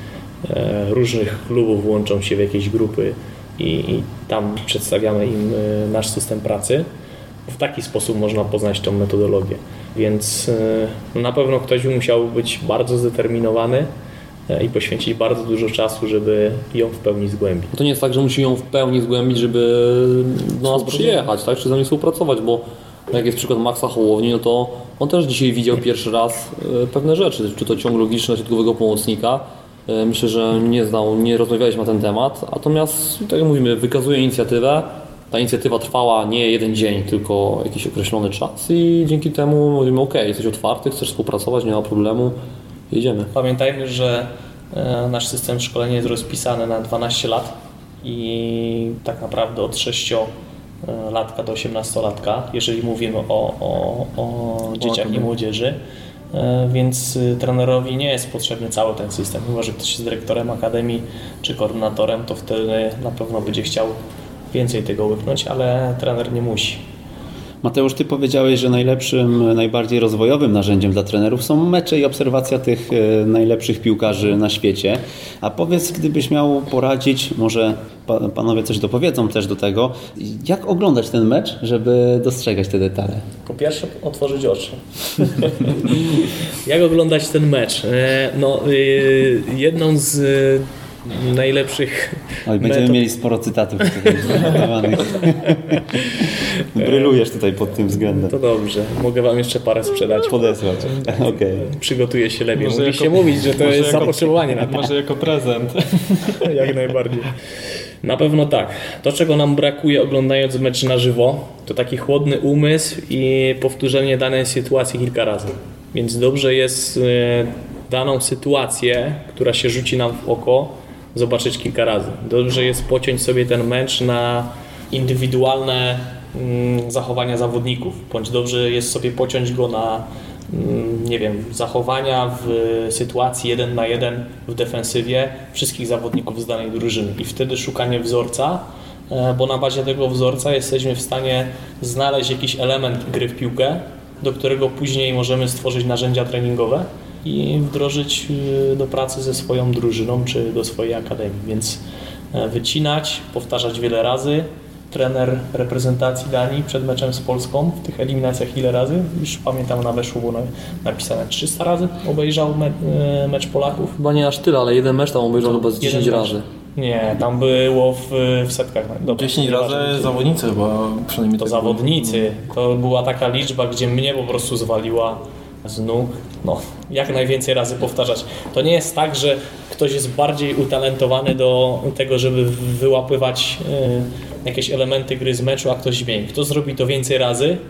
różnych klubów łączą się w jakieś grupy i tam przedstawiamy im nasz system pracy. W taki sposób można poznać tą metodologię. Więc na pewno ktoś by musiał być bardzo zdeterminowany i poświęcić bardzo dużo czasu, żeby ją w pełni zgłębić. To nie jest tak, że musi ją w pełni zgłębić, żeby do nas przyjechać, tak? Czy z nami współpracować, bo jak jest przykład Maxa Hołowni, no to on też dzisiaj widział pierwszy raz pewne rzeczy, czy to ciąg logiczny środkowego pomocnika. Myślę, że nie znał, nie rozmawialiśmy na ten temat, natomiast tak jak mówimy, wykazuje inicjatywę. Ta inicjatywa trwała nie jeden dzień, tylko jakiś określony czas i dzięki temu mówimy, ok, jesteś otwarty, chcesz współpracować, nie ma problemu, jedziemy. Pamiętajmy, że nasz system szkolenia jest rozpisany na 12 lat i tak naprawdę od 6-latka do 18-latka, jeżeli mówimy o dzieciach i młodzieży, więc trenerowi nie jest potrzebny cały ten system. Chyba że ktoś jest dyrektorem akademii czy koordynatorem, to wtedy na pewno będzie chciał więcej tego łyknąć, ale trener nie musi. Mateusz, Ty powiedziałeś, że najlepszym, najbardziej rozwojowym narzędziem dla trenerów są mecze i obserwacja tych najlepszych piłkarzy na świecie. A powiedz, gdybyś miał poradzić, może panowie coś dopowiedzą też do tego, jak oglądać ten mecz, żeby dostrzegać te detale? Po pierwsze, otworzyć oczy. Jak oglądać ten mecz? Jedną z najlepszych... Oj, będziemy mieli sporo cytatów przygotowanych. Brylujesz tutaj pod tym względem. To dobrze, mogę Wam jeszcze parę sprzedać. Podesłać. Okay. Przygotuję się lepiej. Mogliście mówić, że to jest zapotrzebowanie na to. Może jako prezent. Jak najbardziej. Na pewno tak. To, czego nam brakuje oglądając mecz na żywo, to taki chłodny umysł i powtórzenie danej sytuacji kilka razy. Więc dobrze jest daną sytuację, która się rzuci nam w oko, zobaczyć kilka razy. Dobrze jest pociąć sobie ten mecz na indywidualne zachowania zawodników, bądź dobrze jest sobie pociąć go na zachowania w sytuacji 1 na 1 w defensywie wszystkich zawodników z danej drużyny i wtedy szukanie wzorca, bo na bazie tego wzorca jesteśmy w stanie znaleźć jakiś element gry w piłkę, do którego później możemy stworzyć narzędzia treningowe i wdrożyć do pracy ze swoją drużyną czy do swojej akademii, więc wycinać, powtarzać wiele razy. Trener reprezentacji Danii przed meczem z Polską w tych eliminacjach ile razy? Już pamiętam, na weszło było napisane 300 razy obejrzał mecz Polaków. Chyba nie aż tyle, ale jeden mecz tam obejrzał chyba z 10 razy. Nie, tam było w setkach. Dobra, 10 razy zawodnicy chyba przynajmniej. To zawodnicy. To była taka liczba, gdzie mnie po prostu zwaliła z nóg. No, jak najwięcej razy powtarzać. To nie jest tak, że ktoś jest bardziej utalentowany do tego, żeby wyłapywać jakieś elementy gry z meczu, a ktoś mniej. Kto zrobi to więcej razy,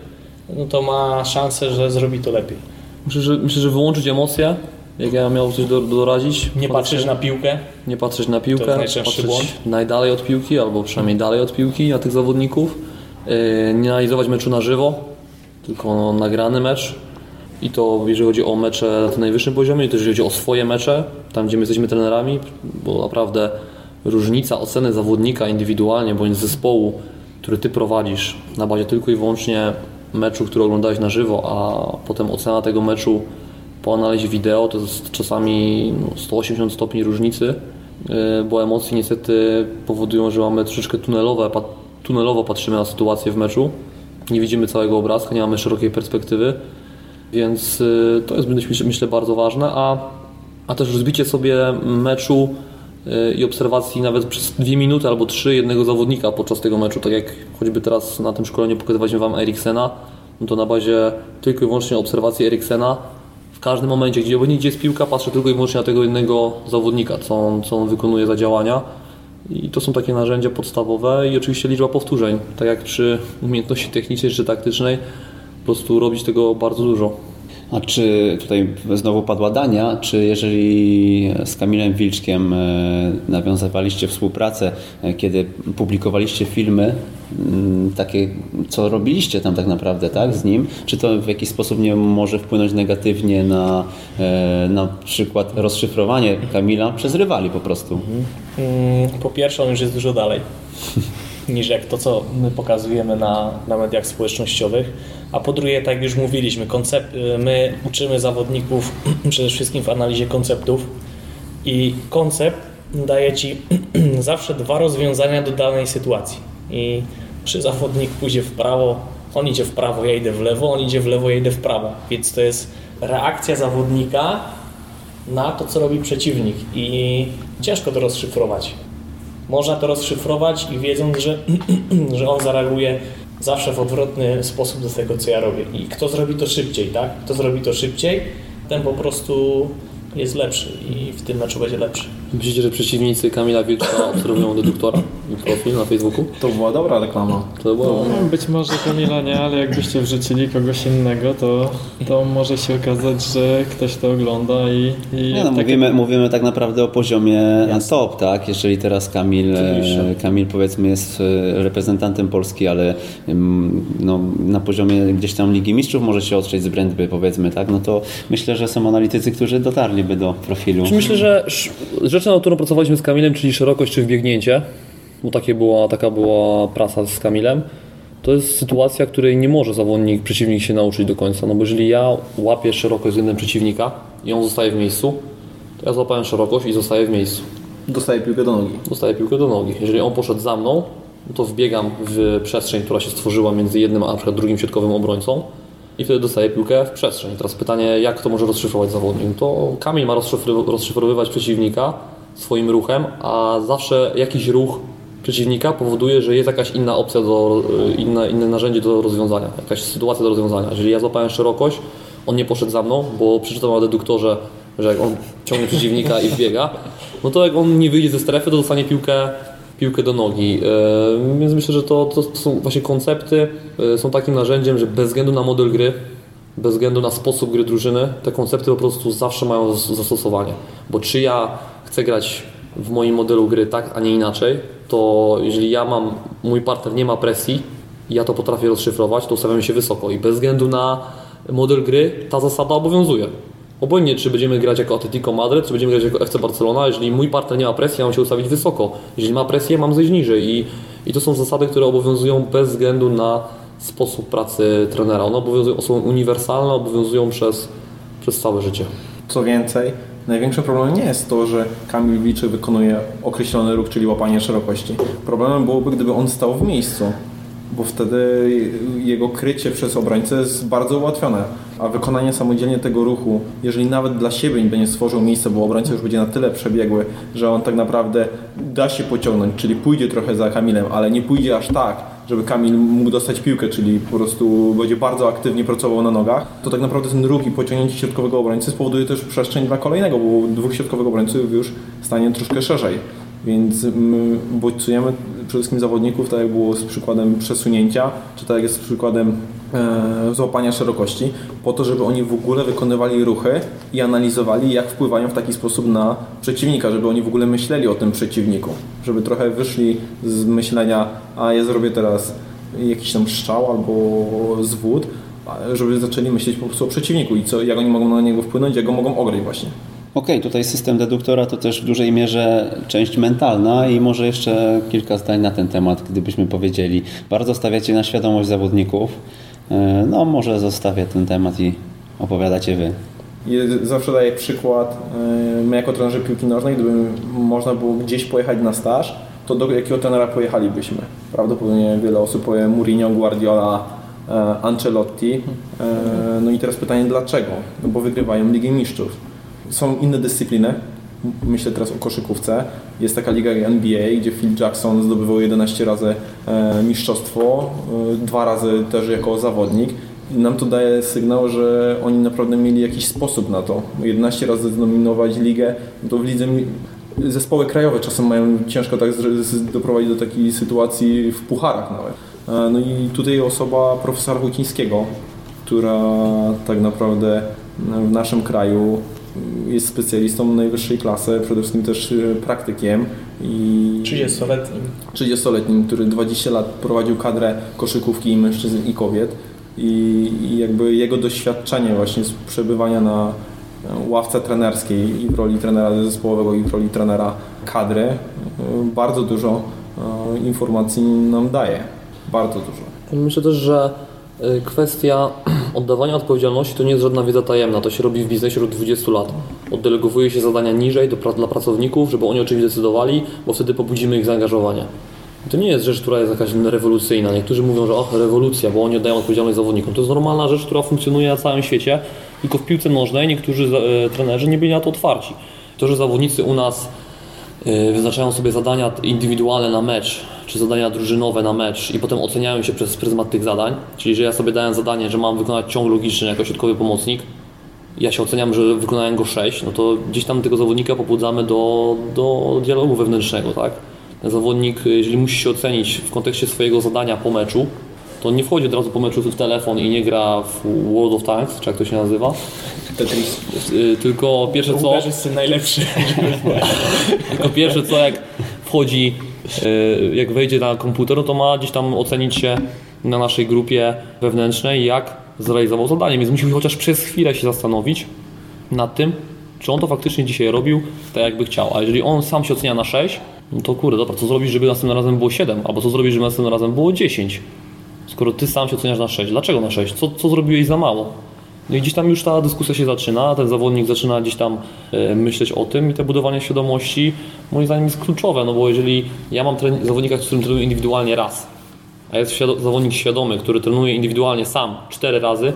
no to ma szansę, że zrobi to lepiej. Myślę, że wyłączyć emocje, jak ja miał coś doradzić. Nie patrzeć na piłkę. Nie patrzeć na piłkę, To jest najczęstszy błąd. najdalej od piłki, albo przynajmniej dalej od piłki, na tych zawodników. Nie analizować meczu na żywo, tylko nagrany mecz. I to jeżeli chodzi o mecze na tym najwyższym poziomie, i to jeżeli chodzi o swoje mecze, tam gdzie my jesteśmy trenerami, bo naprawdę różnica oceny zawodnika indywidualnie bądź zespołu, który ty prowadzisz na bazie tylko i wyłącznie meczu, który oglądałeś na żywo, a potem ocena tego meczu po analizie wideo, to jest czasami 180 stopni różnicy, bo emocje niestety powodują, że mamy troszeczkę tunelowo patrzymy na sytuację w meczu, nie widzimy całego obrazka, nie mamy szerokiej perspektywy, więc to jest, myślę, bardzo ważne, a też rozbicie sobie meczu i obserwacji nawet przez 2 minuty albo 3 jednego zawodnika podczas tego meczu, tak jak choćby teraz na tym szkoleniu pokazywaliśmy Wam Eriksena, no to na bazie tylko i wyłącznie obserwacji Eriksena w każdym momencie, gdzie jest piłka, patrzę tylko i wyłącznie na tego jednego zawodnika, co on wykonuje za działania. I to są takie narzędzia podstawowe i oczywiście liczba powtórzeń, tak jak przy umiejętności technicznej czy taktycznej, po prostu robić tego bardzo dużo. A czy tutaj znowu padła Dania, czy jeżeli z Kamilem Wilczkiem nawiązywaliście współpracę, kiedy publikowaliście filmy, takie co robiliście tam tak naprawdę, tak, z nim, czy to w jakiś sposób nie może wpłynąć negatywnie na przykład rozszyfrowanie Kamila przez rywali po prostu? Po pierwsze, on już jest dużo dalej niż jak to, co my pokazujemy na mediach społecznościowych. A po drugie, tak jak już mówiliśmy, my uczymy zawodników przede wszystkim w analizie konceptów i koncept daje Ci zawsze 2 rozwiązania do danej sytuacji. I czy zawodnik pójdzie w prawo, on idzie w prawo, ja idę w lewo, on idzie w lewo, ja idę w prawo. Więc to jest reakcja zawodnika na to, co robi przeciwnik i ciężko to rozszyfrować. Można to rozszyfrować i wiedząc, że on zareaguje zawsze w odwrotny sposób do tego, co ja robię. I kto zrobi to szybciej, tak? Kto zrobi to szybciej, ten po prostu jest lepszy i w tym meczu będzie lepszy. Myślicie, że przeciwnicy Kamila Wilczka obserwują deduktora i profil na Facebooku? To była dobra reklama. Być może Kamila nie, ale jakbyście wrzucili kogoś innego, to może się okazać, że ktoś to ogląda i nie, no, mówimy tak naprawdę o poziomie top, tak? Jeżeli teraz Kamil powiedzmy jest reprezentantem Polski, ale no, na poziomie gdzieś tam Ligi Mistrzów może się otrzeć z Brentby, powiedzmy, tak? No to myślę, że są analitycy, którzy dotarliby do profilu. Myślę, że rzeczy, nad którą pracowaliśmy z Kamilem, czyli szerokość czy wbiegnięcie, bo taka była praca z Kamilem, to jest sytuacja, której nie może przeciwnik się nauczyć do końca. No bo jeżeli ja łapię szerokość względem przeciwnika i on zostaje w miejscu, to ja złapałem szerokość i zostaję w miejscu. Dostaję piłkę do nogi. Jeżeli on poszedł za mną, to wbiegam w przestrzeń, która się stworzyła między jednym a na przykład drugim środkowym obrońcą i wtedy dostaję piłkę w przestrzeń. Teraz pytanie, jak to może rozszyfrować zawodnik? To Kamil ma rozszyfrowywać przeciwnika swoim ruchem, a zawsze jakiś ruch przeciwnika powoduje, że jest jakaś inna opcja, inne narzędzie do rozwiązania, jakaś sytuacja do rozwiązania. Jeżeli ja złapałem szerokość, on nie poszedł za mną, bo przeczytał na deduktorze, że jak on ciągnie przeciwnika i wbiega, no to jak on nie wyjdzie ze strefy, to dostanie piłkę do nogi. Więc myślę, że to są właśnie koncepty, są takim narzędziem, że bez względu na model gry, bez względu na sposób gry drużyny, te koncepty po prostu zawsze mają zastosowanie. Bo czy ja chcę grać w moim modelu gry tak, a nie inaczej, to jeżeli mój partner nie ma presji i ja to potrafię rozszyfrować, to ustawiam się wysoko i bez względu na model gry ta zasada obowiązuje. Obojętnie, czy będziemy grać jako Atletico Madryt, czy będziemy grać jako FC Barcelona, jeżeli mój partner nie ma presji, ja mam się ustawić wysoko. Jeżeli ma presję, mam zejść niżej. I to są zasady, które obowiązują bez względu na sposób pracy trenera. One są uniwersalne, obowiązują przez całe życie. Co więcej, największym problemem nie jest to, że Kamil Wilczek wykonuje określony ruch, czyli łapanie szerokości. Problemem byłoby, gdyby on stał w miejscu, bo wtedy jego krycie przez obrońcę jest bardzo ułatwione, a wykonanie samodzielnie tego ruchu, jeżeli nawet dla siebie nie będzie stworzył miejsca, bo obrońca już będzie na tyle przebiegły, że on tak naprawdę da się pociągnąć, czyli pójdzie trochę za Kamilem, ale nie pójdzie aż tak, żeby Kamil mógł dostać piłkę, czyli po prostu będzie bardzo aktywnie pracował na nogach, to tak naprawdę ten ruch i pociągnięcie środkowego obrońcy spowoduje też przestrzeń dla kolejnego, bo 2 środkowych obrońców już stanie troszkę szerzej. Więc my bodźcujemy przede wszystkim zawodników, tak jak było z przykładem przesunięcia, czy tak jak jest z przykładem złapania szerokości, po to, żeby oni w ogóle wykonywali ruchy i analizowali, jak wpływają w taki sposób na przeciwnika, żeby oni w ogóle myśleli o tym przeciwniku, żeby trochę wyszli z myślenia, a ja zrobię teraz jakiś tam strzał albo zwód, żeby zaczęli myśleć po prostu o przeciwniku i jak oni mogą na niego wpłynąć, jak go mogą ograć właśnie. Okej, tutaj system deduktora to też w dużej mierze część mentalna i może jeszcze kilka zdań na ten temat, gdybyśmy powiedzieli. Bardzo stawiacie na świadomość zawodników. No może zostawię ten temat i opowiadacie wy. Zawsze daję przykład, my jako trenerzy piłki nożnej, gdyby można było gdzieś pojechać na staż, to do jakiego trenera pojechalibyśmy? Prawdopodobnie wiele osób powie Mourinho, Guardiola, Ancelotti. No i teraz pytanie dlaczego? No bo wygrywają Ligę Mistrzów. Są inne dyscypliny, myślę teraz o koszykówce. Jest taka liga NBA, gdzie Phil Jackson zdobywał 11 razy mistrzostwo, 2 razy też jako zawodnik. I nam to daje sygnał, że oni naprawdę mieli jakiś sposób na to. 11 razy zdominować ligę, to w lidze zespoły krajowe czasem mają ciężko tak doprowadzić do takiej sytuacji w pucharach nawet. No i tutaj osoba profesora Hucińskiego, która tak naprawdę w naszym kraju jest specjalistą najwyższej klasy, przede wszystkim też praktykiem. 30-letnim, który 20 lat prowadził kadrę koszykówki i mężczyzn i kobiet. I jakby jego doświadczenie właśnie z przebywania na ławce trenerskiej i w roli trenera zespołowego i w roli trenera kadry bardzo dużo informacji nam daje. Bardzo dużo. Myślę też, że kwestia oddawania odpowiedzialności to nie jest żadna wiedza tajemna. To się robi w biznesie od 20 lat. Oddelegowuje się zadania niżej dla pracowników, żeby oni o czymś decydowali, bo wtedy pobudzimy ich zaangażowanie. I to nie jest rzecz, która jest jakaś rewolucyjna. Niektórzy mówią, że rewolucja, bo oni oddają odpowiedzialność zawodnikom. To jest normalna rzecz, która funkcjonuje na całym świecie, tylko w piłce nożnej niektórzy trenerzy nie byli na to otwarci. To, że zawodnicy u nas wyznaczają sobie zadania indywidualne na mecz, czy zadania drużynowe na mecz i potem oceniają się przez pryzmat tych zadań, czyli że ja sobie dałem zadanie, że mam wykonać ciąg logiczny jako środkowy pomocnik, ja się oceniam, że wykonałem go 6, no to gdzieś tam tego zawodnika pobudzamy do dialogu wewnętrznego, tak? Ten zawodnik, jeżeli musi się ocenić w kontekście swojego zadania po meczu, to on nie wchodzi od razu po meczu w telefon i nie gra w World of Tanks, czy jak to się nazywa. Tylko pierwsze co... Łukasz jest najlepszy. Tylko pierwsze co, jak wchodzi, jak wejdzie na komputer, no to ma gdzieś tam ocenić się na naszej grupie wewnętrznej, jak zrealizował zadanie. Więc musimy chociaż przez chwilę się zastanowić nad tym, czy on to faktycznie dzisiaj robił tak, jakby chciał. A jeżeli on sam się ocenia na 6, no to kurde, dobra, co zrobić, żeby następnym razem było 7? Albo co zrobić, żeby następnym razem było 10? Skoro ty sam się oceniasz na 6, dlaczego na 6? Co zrobiłeś za mało? No i gdzieś tam już ta dyskusja się zaczyna, ten zawodnik zaczyna gdzieś tam myśleć o tym i te budowanie świadomości moim zdaniem jest kluczowe, no bo jeżeli ja mam zawodnika, z którym trenuję indywidualnie raz, a jest zawodnik świadomy, który trenuje indywidualnie sam 4 razy,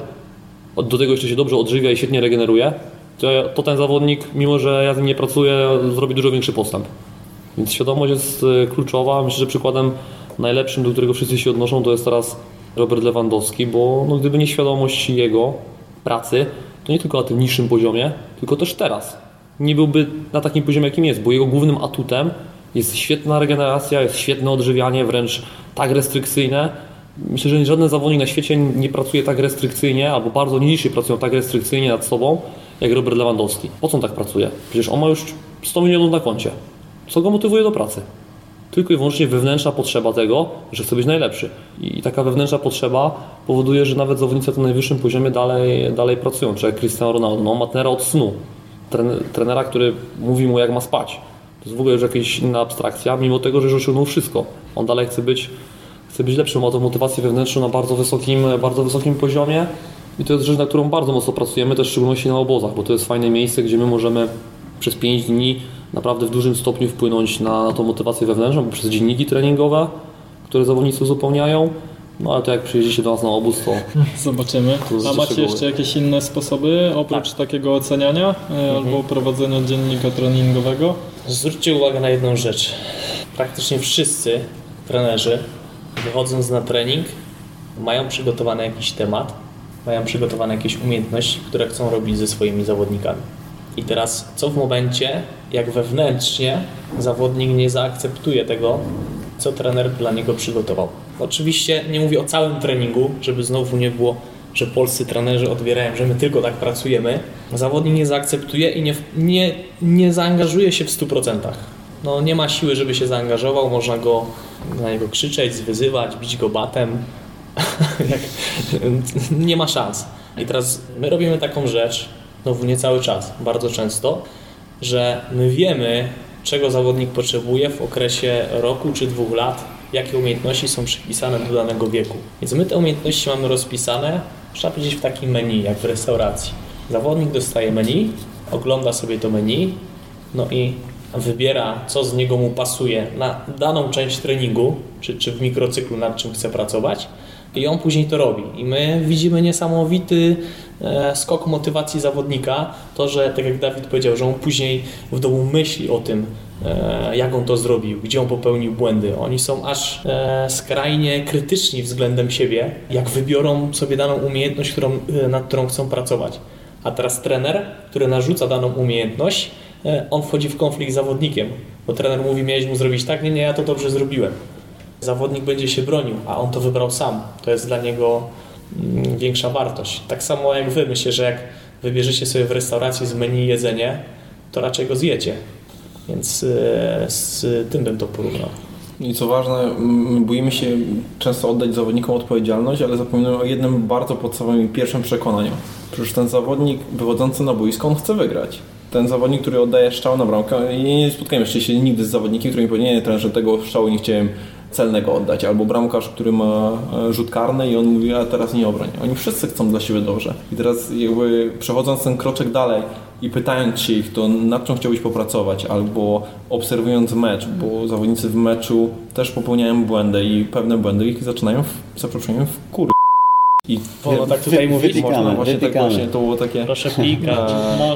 do tego jeszcze się dobrze odżywia i świetnie regeneruje, to ten zawodnik, mimo że ja z nim nie pracuję, zrobi dużo większy postęp. Więc świadomość jest kluczowa. Myślę, że przykładem najlepszym, do którego wszyscy się odnoszą, to jest teraz Robert Lewandowski, bo no, gdyby nie świadomość jego pracy, to nie tylko na tym niższym poziomie, tylko też teraz. Nie byłby na takim poziomie, jakim jest, bo jego głównym atutem jest świetna regeneracja, jest świetne odżywianie, wręcz tak restrykcyjne. Myślę, że żaden zawodnik na świecie nie pracuje tak restrykcyjnie, albo bardzo niżsi pracują tak restrykcyjnie nad sobą, jak Robert Lewandowski. Po co on tak pracuje? Przecież on ma już 100 milionów na koncie. Co go motywuje do pracy? Tylko i wyłącznie wewnętrzna potrzeba tego, że chce być najlepszy. I taka wewnętrzna potrzeba powoduje, że nawet zawodnicy na tym najwyższym poziomie dalej pracują. Czy jak Cristiano Ronaldo, no, ma trenera od snu. Trenera, który mówi mu, jak ma spać. To jest w ogóle już jakaś inna abstrakcja, mimo tego, że już osiągnął wszystko. On dalej chce być lepszy, ma tą motywację wewnętrzną na bardzo wysokim poziomie. I to jest rzecz, na którą bardzo mocno pracujemy, też w szczególności na obozach, bo to jest fajne miejsce, gdzie my możemy przez 5 dni naprawdę w dużym stopniu wpłynąć na tą motywację wewnętrzną, poprzez dzienniki treningowe, które zawodnicy uzupełniają. No ale to jak przyjedziecie do nas na obóz, to zobaczymy. A macie jeszcze jakieś inne sposoby oprócz takiego oceniania albo prowadzenia dziennika treningowego? Zwróćcie uwagę na jedną rzecz. Praktycznie wszyscy trenerzy, wychodząc na trening, mają przygotowany jakiś temat, mają przygotowane jakieś umiejętności, które chcą robić ze swoimi zawodnikami. I teraz co w momencie, jak wewnętrznie zawodnik nie zaakceptuje tego, co trener dla niego przygotował. Oczywiście nie mówię o całym treningu, żeby znowu nie było, że polscy trenerzy odbierają, że my tylko tak pracujemy. Zawodnik nie zaakceptuje i nie zaangażuje się w 100%. No, nie ma siły, żeby się zaangażował, można na niego krzyczeć, zwyzywać, bić go batem. Nie ma szans. I teraz my robimy taką rzecz, znowu nie cały czas, bardzo często, że my wiemy, czego zawodnik potrzebuje w okresie roku czy 2 lat, jakie umiejętności są przypisane do danego wieku. Więc my te umiejętności mamy rozpisane, można powiedzieć, w takim menu, jak w restauracji. Zawodnik dostaje menu, ogląda sobie to menu, no i wybiera, co z niego mu pasuje na daną część treningu, czy w mikrocyklu, nad czym chce pracować, i on później to robi. I my widzimy niesamowity skok motywacji zawodnika, to, że tak jak Dawid powiedział, że on później w domu myśli o tym, jak on to zrobił, gdzie on popełnił błędy. Oni są aż skrajnie krytyczni względem siebie, jak wybiorą sobie daną umiejętność, nad którą chcą pracować. A teraz trener, który narzuca daną umiejętność, on wchodzi w konflikt z zawodnikiem, bo trener mówi, miałeś mu zrobić tak, nie, ja to dobrze zrobiłem. Zawodnik będzie się bronił, a on to wybrał sam. To jest dla niego większa wartość. Tak samo jak wy, myślę, że jak wybierzecie sobie w restauracji z menu jedzenie, to raczej go zjecie. Więc z tym bym to porównał. I co ważne, boimy się często oddać zawodnikom odpowiedzialność, ale zapominamy o jednym bardzo podstawowym i pierwszym przekonaniu. Przecież ten zawodnik wychodzący na boisko, on chce wygrać. Ten zawodnik, który oddaje strzał na bramkę, i nie spotkałem jeszcze się nigdy z zawodnikiem, który mi powie, nie, trenerze, tego strzału nie chciałem celnego oddać, albo bramkarz, który ma rzut karny i on mówi, a teraz nie obroń. Oni wszyscy chcą dla siebie dobrze. I teraz jakby przechodząc ten kroczek dalej i pytając się ich, to nad czym chciałbyś popracować, albo obserwując mecz, bo zawodnicy w meczu też popełniają błędy i pewne błędy ich zaczynają w kur... I wolno tak tutaj mówić? Można właśnie tak właśnie, to było takie... Proszę pikać.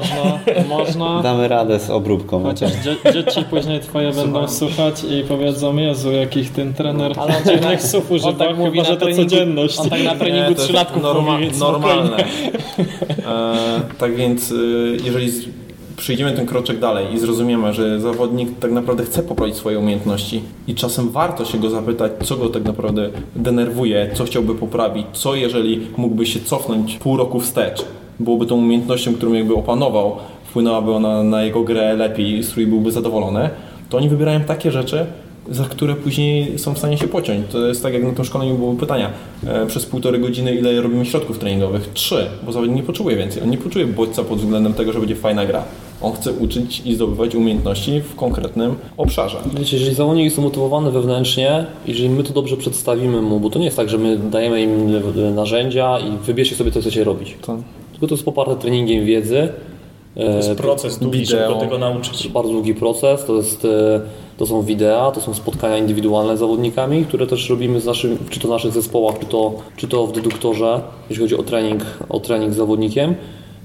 Można. Damy radę z obróbką. Chociaż dzieci później twoje będą słuchać i powiedzą, Jezu, jakich ten trener ale on tak innych słów używa, tak mówi chyba, że to codzienność. On tak na treningu 3-latków mówi, więc normalne. Tak więc jeżeli przejdziemy ten kroczek dalej i zrozumiemy, że zawodnik tak naprawdę chce poprawić swoje umiejętności i czasem warto się go zapytać, co go tak naprawdę denerwuje, co chciałby poprawić, co jeżeli mógłby się cofnąć pół roku wstecz, byłoby tą umiejętnością, którą jakby opanował, wpłynęłaby ona na jego grę lepiej, z której byłby zadowolony, to oni wybierają takie rzeczy, za które później są w stanie się pociąć. To jest tak, jak na tym szkoleniu było pytania. Przez 1,5 godziny ile robimy środków treningowych? 3, bo zawodnik nie potrzebuje więcej. On nie potrzebuje bodźca pod względem tego, że będzie fajna gra. On chce uczyć i zdobywać umiejętności w konkretnym obszarze. Wiecie, jeżeli zawodnik jest umotywowany wewnętrznie, jeżeli my to dobrze przedstawimy mu, bo to nie jest tak, że my dajemy im narzędzia i wybierzcie sobie, co chcecie robić. Tylko to jest poparte treningiem wiedzy. To jest proces długi, żeby go tego nauczyć. Bardzo długi proces, to są wideo, to są spotkania indywidualne z zawodnikami, które też robimy czy to w naszych zespołach, czy to w deduktorze, jeśli chodzi o trening z zawodnikiem.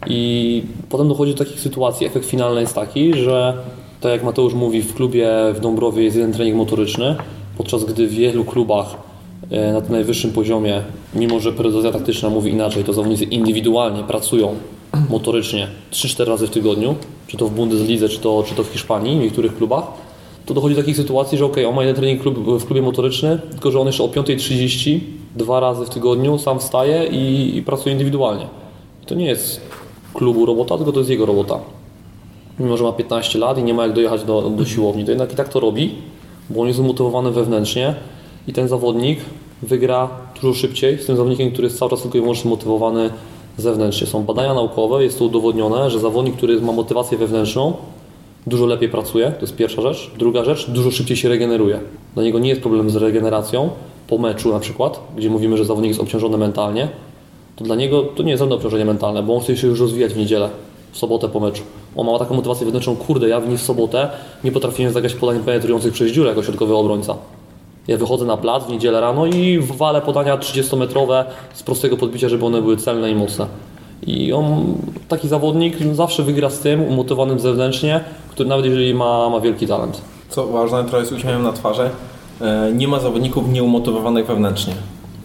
I potem dochodzi do takich sytuacji. Efekt finalny jest taki, że tak jak Mateusz mówi, w klubie w Dąbrowie jest jeden trening motoryczny, podczas gdy w wielu klubach na tym najwyższym poziomie, mimo że periodizacja taktyczna mówi inaczej, to zawodnicy indywidualnie pracują motorycznie 3-4 razy w tygodniu, czy to w Bundeslidze, czy to w Hiszpanii, w niektórych klubach, to dochodzi do takich sytuacji, że on ma jeden trening w klubie motoryczny, tylko że on jeszcze o 5:30 2 razy w tygodniu sam wstaje i pracuje indywidualnie. I to nie jest klubu robota, tylko to jest jego robota. Mimo że ma 15 lat i nie ma jak dojechać do siłowni, to jednak i tak to robi, bo on jest umotywowany wewnętrznie i ten zawodnik wygra dużo szybciej z tym zawodnikiem, który jest cały czas tylko i wyłącznie motywowany zewnętrznie. Są badania naukowe, jest to udowodnione, że zawodnik, który ma motywację wewnętrzną, dużo lepiej pracuje, to jest pierwsza rzecz. Druga rzecz, dużo szybciej się regeneruje. Dla niego nie jest problem z regeneracją po meczu na przykład, gdzie mówimy, że zawodnik jest obciążony mentalnie, to dla niego to nie jest żadne obciążenie mentalne, bo on chce się już rozwijać w niedzielę, w sobotę po meczu. On ma taką motywację wewnętrzną, kurde, ja w sobotę nie potrafiłem zagrać podań penetrujących przez dziurę jako środkowy obrońca. Ja wychodzę na plac w niedzielę rano i walę podania 30-metrowe z prostego podbicia, żeby one były celne i mocne. I taki zawodnik zawsze wygra z tym, umotywowanym zewnętrznie, który nawet jeżeli ma wielki talent. Co ważne, trochę z uśmiechem na twarzy, nie ma zawodników nieumotywowanych wewnętrznie.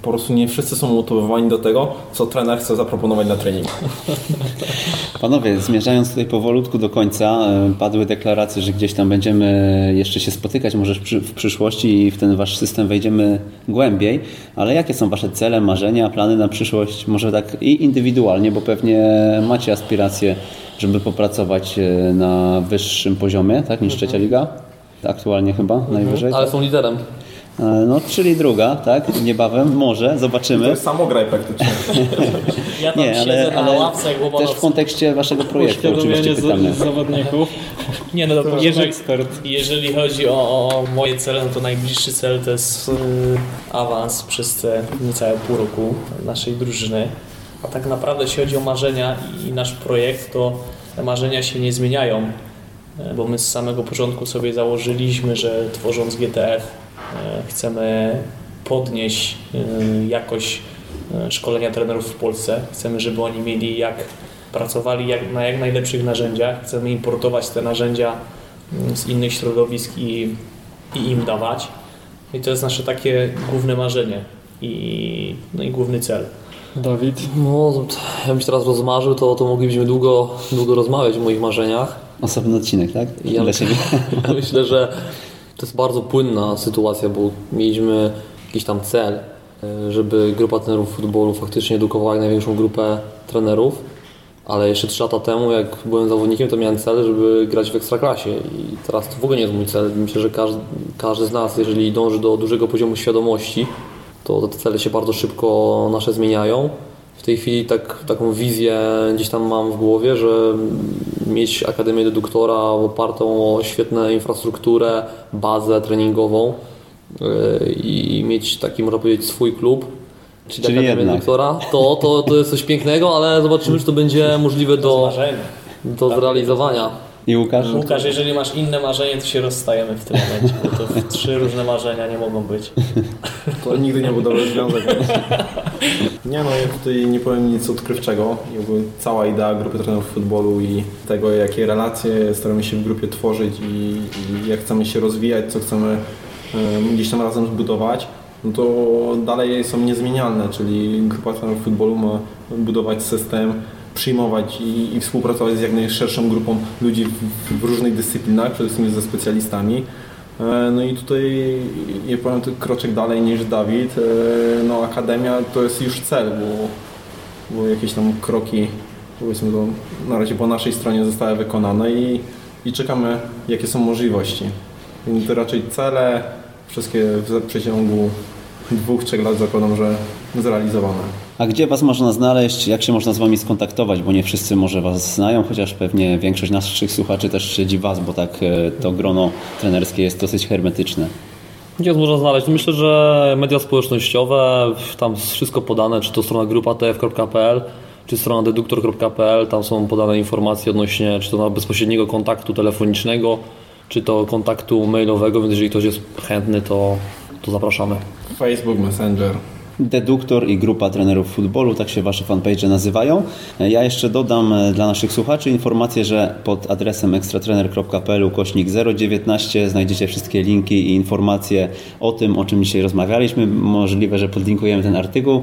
po prostu nie wszyscy są motywowani do tego, co trener chce zaproponować na treningu. Panowie, zmierzając tutaj powolutku do końca, padły deklaracje, że gdzieś tam będziemy jeszcze się spotykać, może w przyszłości i w ten wasz system wejdziemy głębiej, ale jakie są wasze cele, marzenia, plany na przyszłość? Może tak i indywidualnie, bo pewnie macie aspiracje, żeby popracować na wyższym poziomie, tak, niż trzecia liga? Aktualnie chyba najwyżej. Ale są liderem. No, czyli druga, tak? Niebawem, może, zobaczymy. To jest samograj praktycznie. Ja tam siedzę na ławce jak też w Łobanowski. kontekście waszego projektu oczywiście pytamy. zawodników. Nie, no to Ekspert. jeżeli chodzi o moje cele, no to najbliższy cel to jest awans przez te niecałe pół roku naszej drużyny. A tak naprawdę jeśli chodzi o marzenia i nasz projekt, to te marzenia się nie zmieniają, bo my z samego początku sobie założyliśmy, że tworząc GTF chcemy podnieść jakość szkolenia trenerów w Polsce. Chcemy, żeby oni mieli pracowali na jak najlepszych narzędziach. Chcemy importować te narzędzia z innych środowisk i im dawać. I to jest nasze takie główne marzenie i główny cel. Dawid? No, jakbyś teraz rozmarzył, to moglibyśmy długo rozmawiać o moich marzeniach. Osobny odcinek, tak? Ja myślę, że to jest bardzo płynna sytuacja, bo mieliśmy jakiś tam cel, żeby grupa trenerów futbolu faktycznie edukowała jak największą grupę trenerów, ale jeszcze 3 lata temu, jak byłem zawodnikiem, to miałem cel, żeby grać w Ekstraklasie i teraz to w ogóle nie jest mój cel. Myślę, że każdy z nas, jeżeli dąży do dużego poziomu świadomości, to te cele się bardzo szybko nasze zmieniają. W tej chwili taką wizję gdzieś tam mam w głowie, że mieć Akademię Deduktora opartą o świetną infrastrukturę, bazę treningową i mieć taki, można powiedzieć, swój klub, czyli Akademię Deduktora, to jest coś pięknego, ale zobaczymy, czy to będzie możliwe do zrealizowania. I Łukasz? Łukasz, jeżeli masz inne marzenie, to się rozstajemy w tym momencie, bo to 3 różne marzenia nie mogą być. To nigdy nie był dobry związek. Nie no, ja tutaj nie powiem nic odkrywczego. Jakby cała idea grupy trenerów futbolu i tego, jakie relacje staramy się w grupie tworzyć i jak chcemy się rozwijać, co chcemy gdzieś tam razem zbudować, no to dalej są niezmienialne, czyli grupa trenerów futbolu ma budować system, przyjmować i współpracować z jak najszerszą grupą ludzi w różnych dyscyplinach, przede wszystkim ze specjalistami. No i tutaj ja powiem to kroczek dalej niż Dawid. No Akademia to jest już cel, bo jakieś tam kroki, powiedzmy to na razie po naszej stronie zostały wykonane i czekamy jakie są możliwości. Więc to raczej cele, wszystkie w przeciągu 2-3 lat zakładam, że zrealizowane. A gdzie was można znaleźć? Jak się można z wami skontaktować? Bo nie wszyscy może was znają, chociaż pewnie większość naszych słuchaczy też śledzi was, bo tak to grono trenerskie jest dosyć hermetyczne. Gdzie nas można znaleźć? Myślę, że media społecznościowe, tam jest wszystko podane, czy to strona grupatf.pl, czy strona deduktor.pl, tam są podane informacje odnośnie czy to bezpośredniego kontaktu telefonicznego, czy to kontaktu mailowego, więc jeżeli ktoś jest chętny, to zapraszamy. Facebook, Messenger. Deduktor i grupa trenerów futbolu, tak się wasze fanpage nazywają. Ja jeszcze dodam dla naszych słuchaczy informację, że pod adresem ekstratrener.pl/019 znajdziecie wszystkie linki i informacje o tym, o czym dzisiaj rozmawialiśmy. Możliwe, że podlinkujemy ten artykuł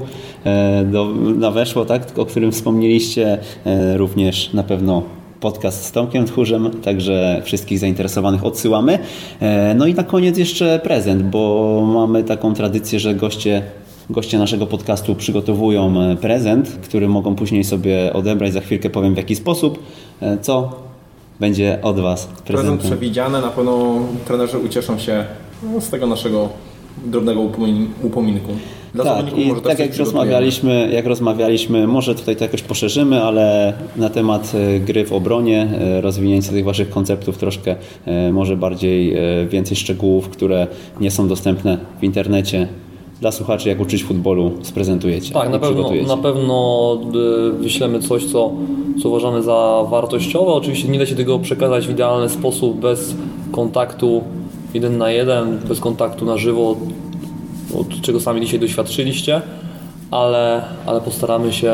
na Weszło, tak, o którym wspomnieliście. Również na pewno podcast z Tomkiem Tchórzem, także wszystkich zainteresowanych odsyłamy. No i na koniec jeszcze prezent, bo mamy taką tradycję, że goście naszego podcastu przygotowują prezent, który mogą później sobie odebrać. Za chwilkę powiem w jaki sposób. Co będzie od was prezentem? Prezent przewidziany, na pewno trenerzy ucieszą się z tego naszego drobnego upominku. Dla tak, i tak jak rozmawialiśmy, może tutaj to jakoś poszerzymy, ale na temat gry w obronie, rozwinięcia tych waszych konceptów troszkę, może bardziej więcej szczegółów, które nie są dostępne w internecie. Dla słuchaczy, jak uczyć futbolu, sprezentujecie. Tak, na pewno wyślemy coś, co uważamy za wartościowe. Oczywiście nie da się tego przekazać w idealny sposób bez kontaktu 1 na 1, bez kontaktu na żywo, od czego sami dzisiaj doświadczyliście, ale postaramy się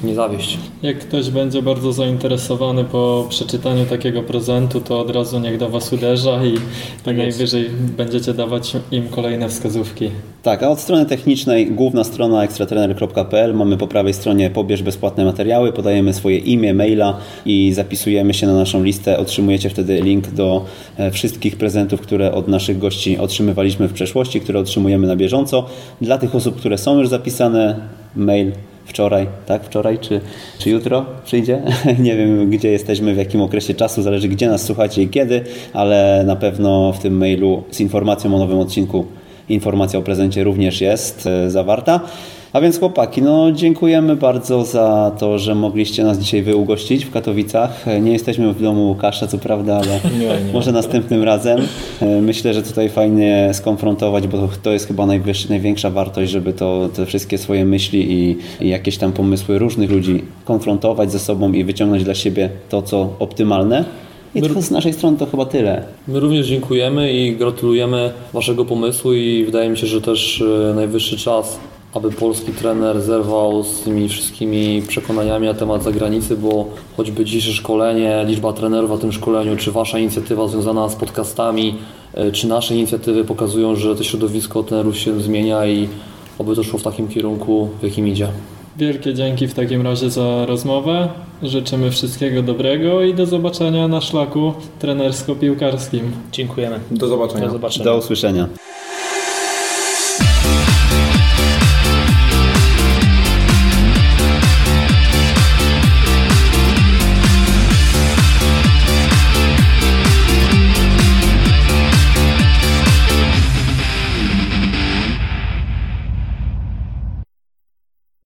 nie zawieść. Jak ktoś będzie bardzo zainteresowany po przeczytaniu takiego prezentu, to od razu niech do Was uderza i tak najwyżej będziecie dawać im kolejne wskazówki. Tak, a od strony technicznej główna strona ekstratrener.pl, mamy po prawej stronie pobierz bezpłatne materiały, podajemy swoje imię, maila i zapisujemy się na naszą listę. Otrzymujecie wtedy link do wszystkich prezentów, które od naszych gości otrzymywaliśmy w przeszłości, które otrzymujemy na bieżąco. Dla tych osób, które są już zapisane, mail wczoraj, tak? Wczoraj czy jutro przyjdzie? Nie wiem, gdzie jesteśmy, w jakim okresie czasu, zależy gdzie nas słuchacie i kiedy, ale na pewno w tym mailu z informacją o nowym odcinku informacja o prezencie również jest zawarta. A więc chłopaki, dziękujemy bardzo za to, że mogliście nas dzisiaj wyugościć w Katowicach. Nie jesteśmy w domu Łukasza, co prawda, ale może następnym razem. Myślę, że tutaj fajnie skonfrontować, bo to jest chyba największa wartość, żeby te wszystkie swoje myśli i jakieś tam pomysły różnych ludzi konfrontować ze sobą i wyciągnąć dla siebie to, co optymalne. I to z naszej strony to chyba tyle. My również dziękujemy i gratulujemy Waszego pomysłu i wydaje mi się, że też najwyższy czas, aby polski trener zerwał z tymi wszystkimi przekonaniami na temat zagranicy, bo choćby dzisiejsze szkolenie, liczba trenerów na tym szkoleniu, czy Wasza inicjatywa związana z podcastami, czy nasze inicjatywy pokazują, że to środowisko trenerów się zmienia i oby to szło w takim kierunku, w jakim idzie. Wielkie dzięki w takim razie za rozmowę. Życzymy wszystkiego dobrego i do zobaczenia na szlaku trenersko-piłkarskim. Dziękujemy. Do zobaczenia. Do zobaczenia. Do usłyszenia.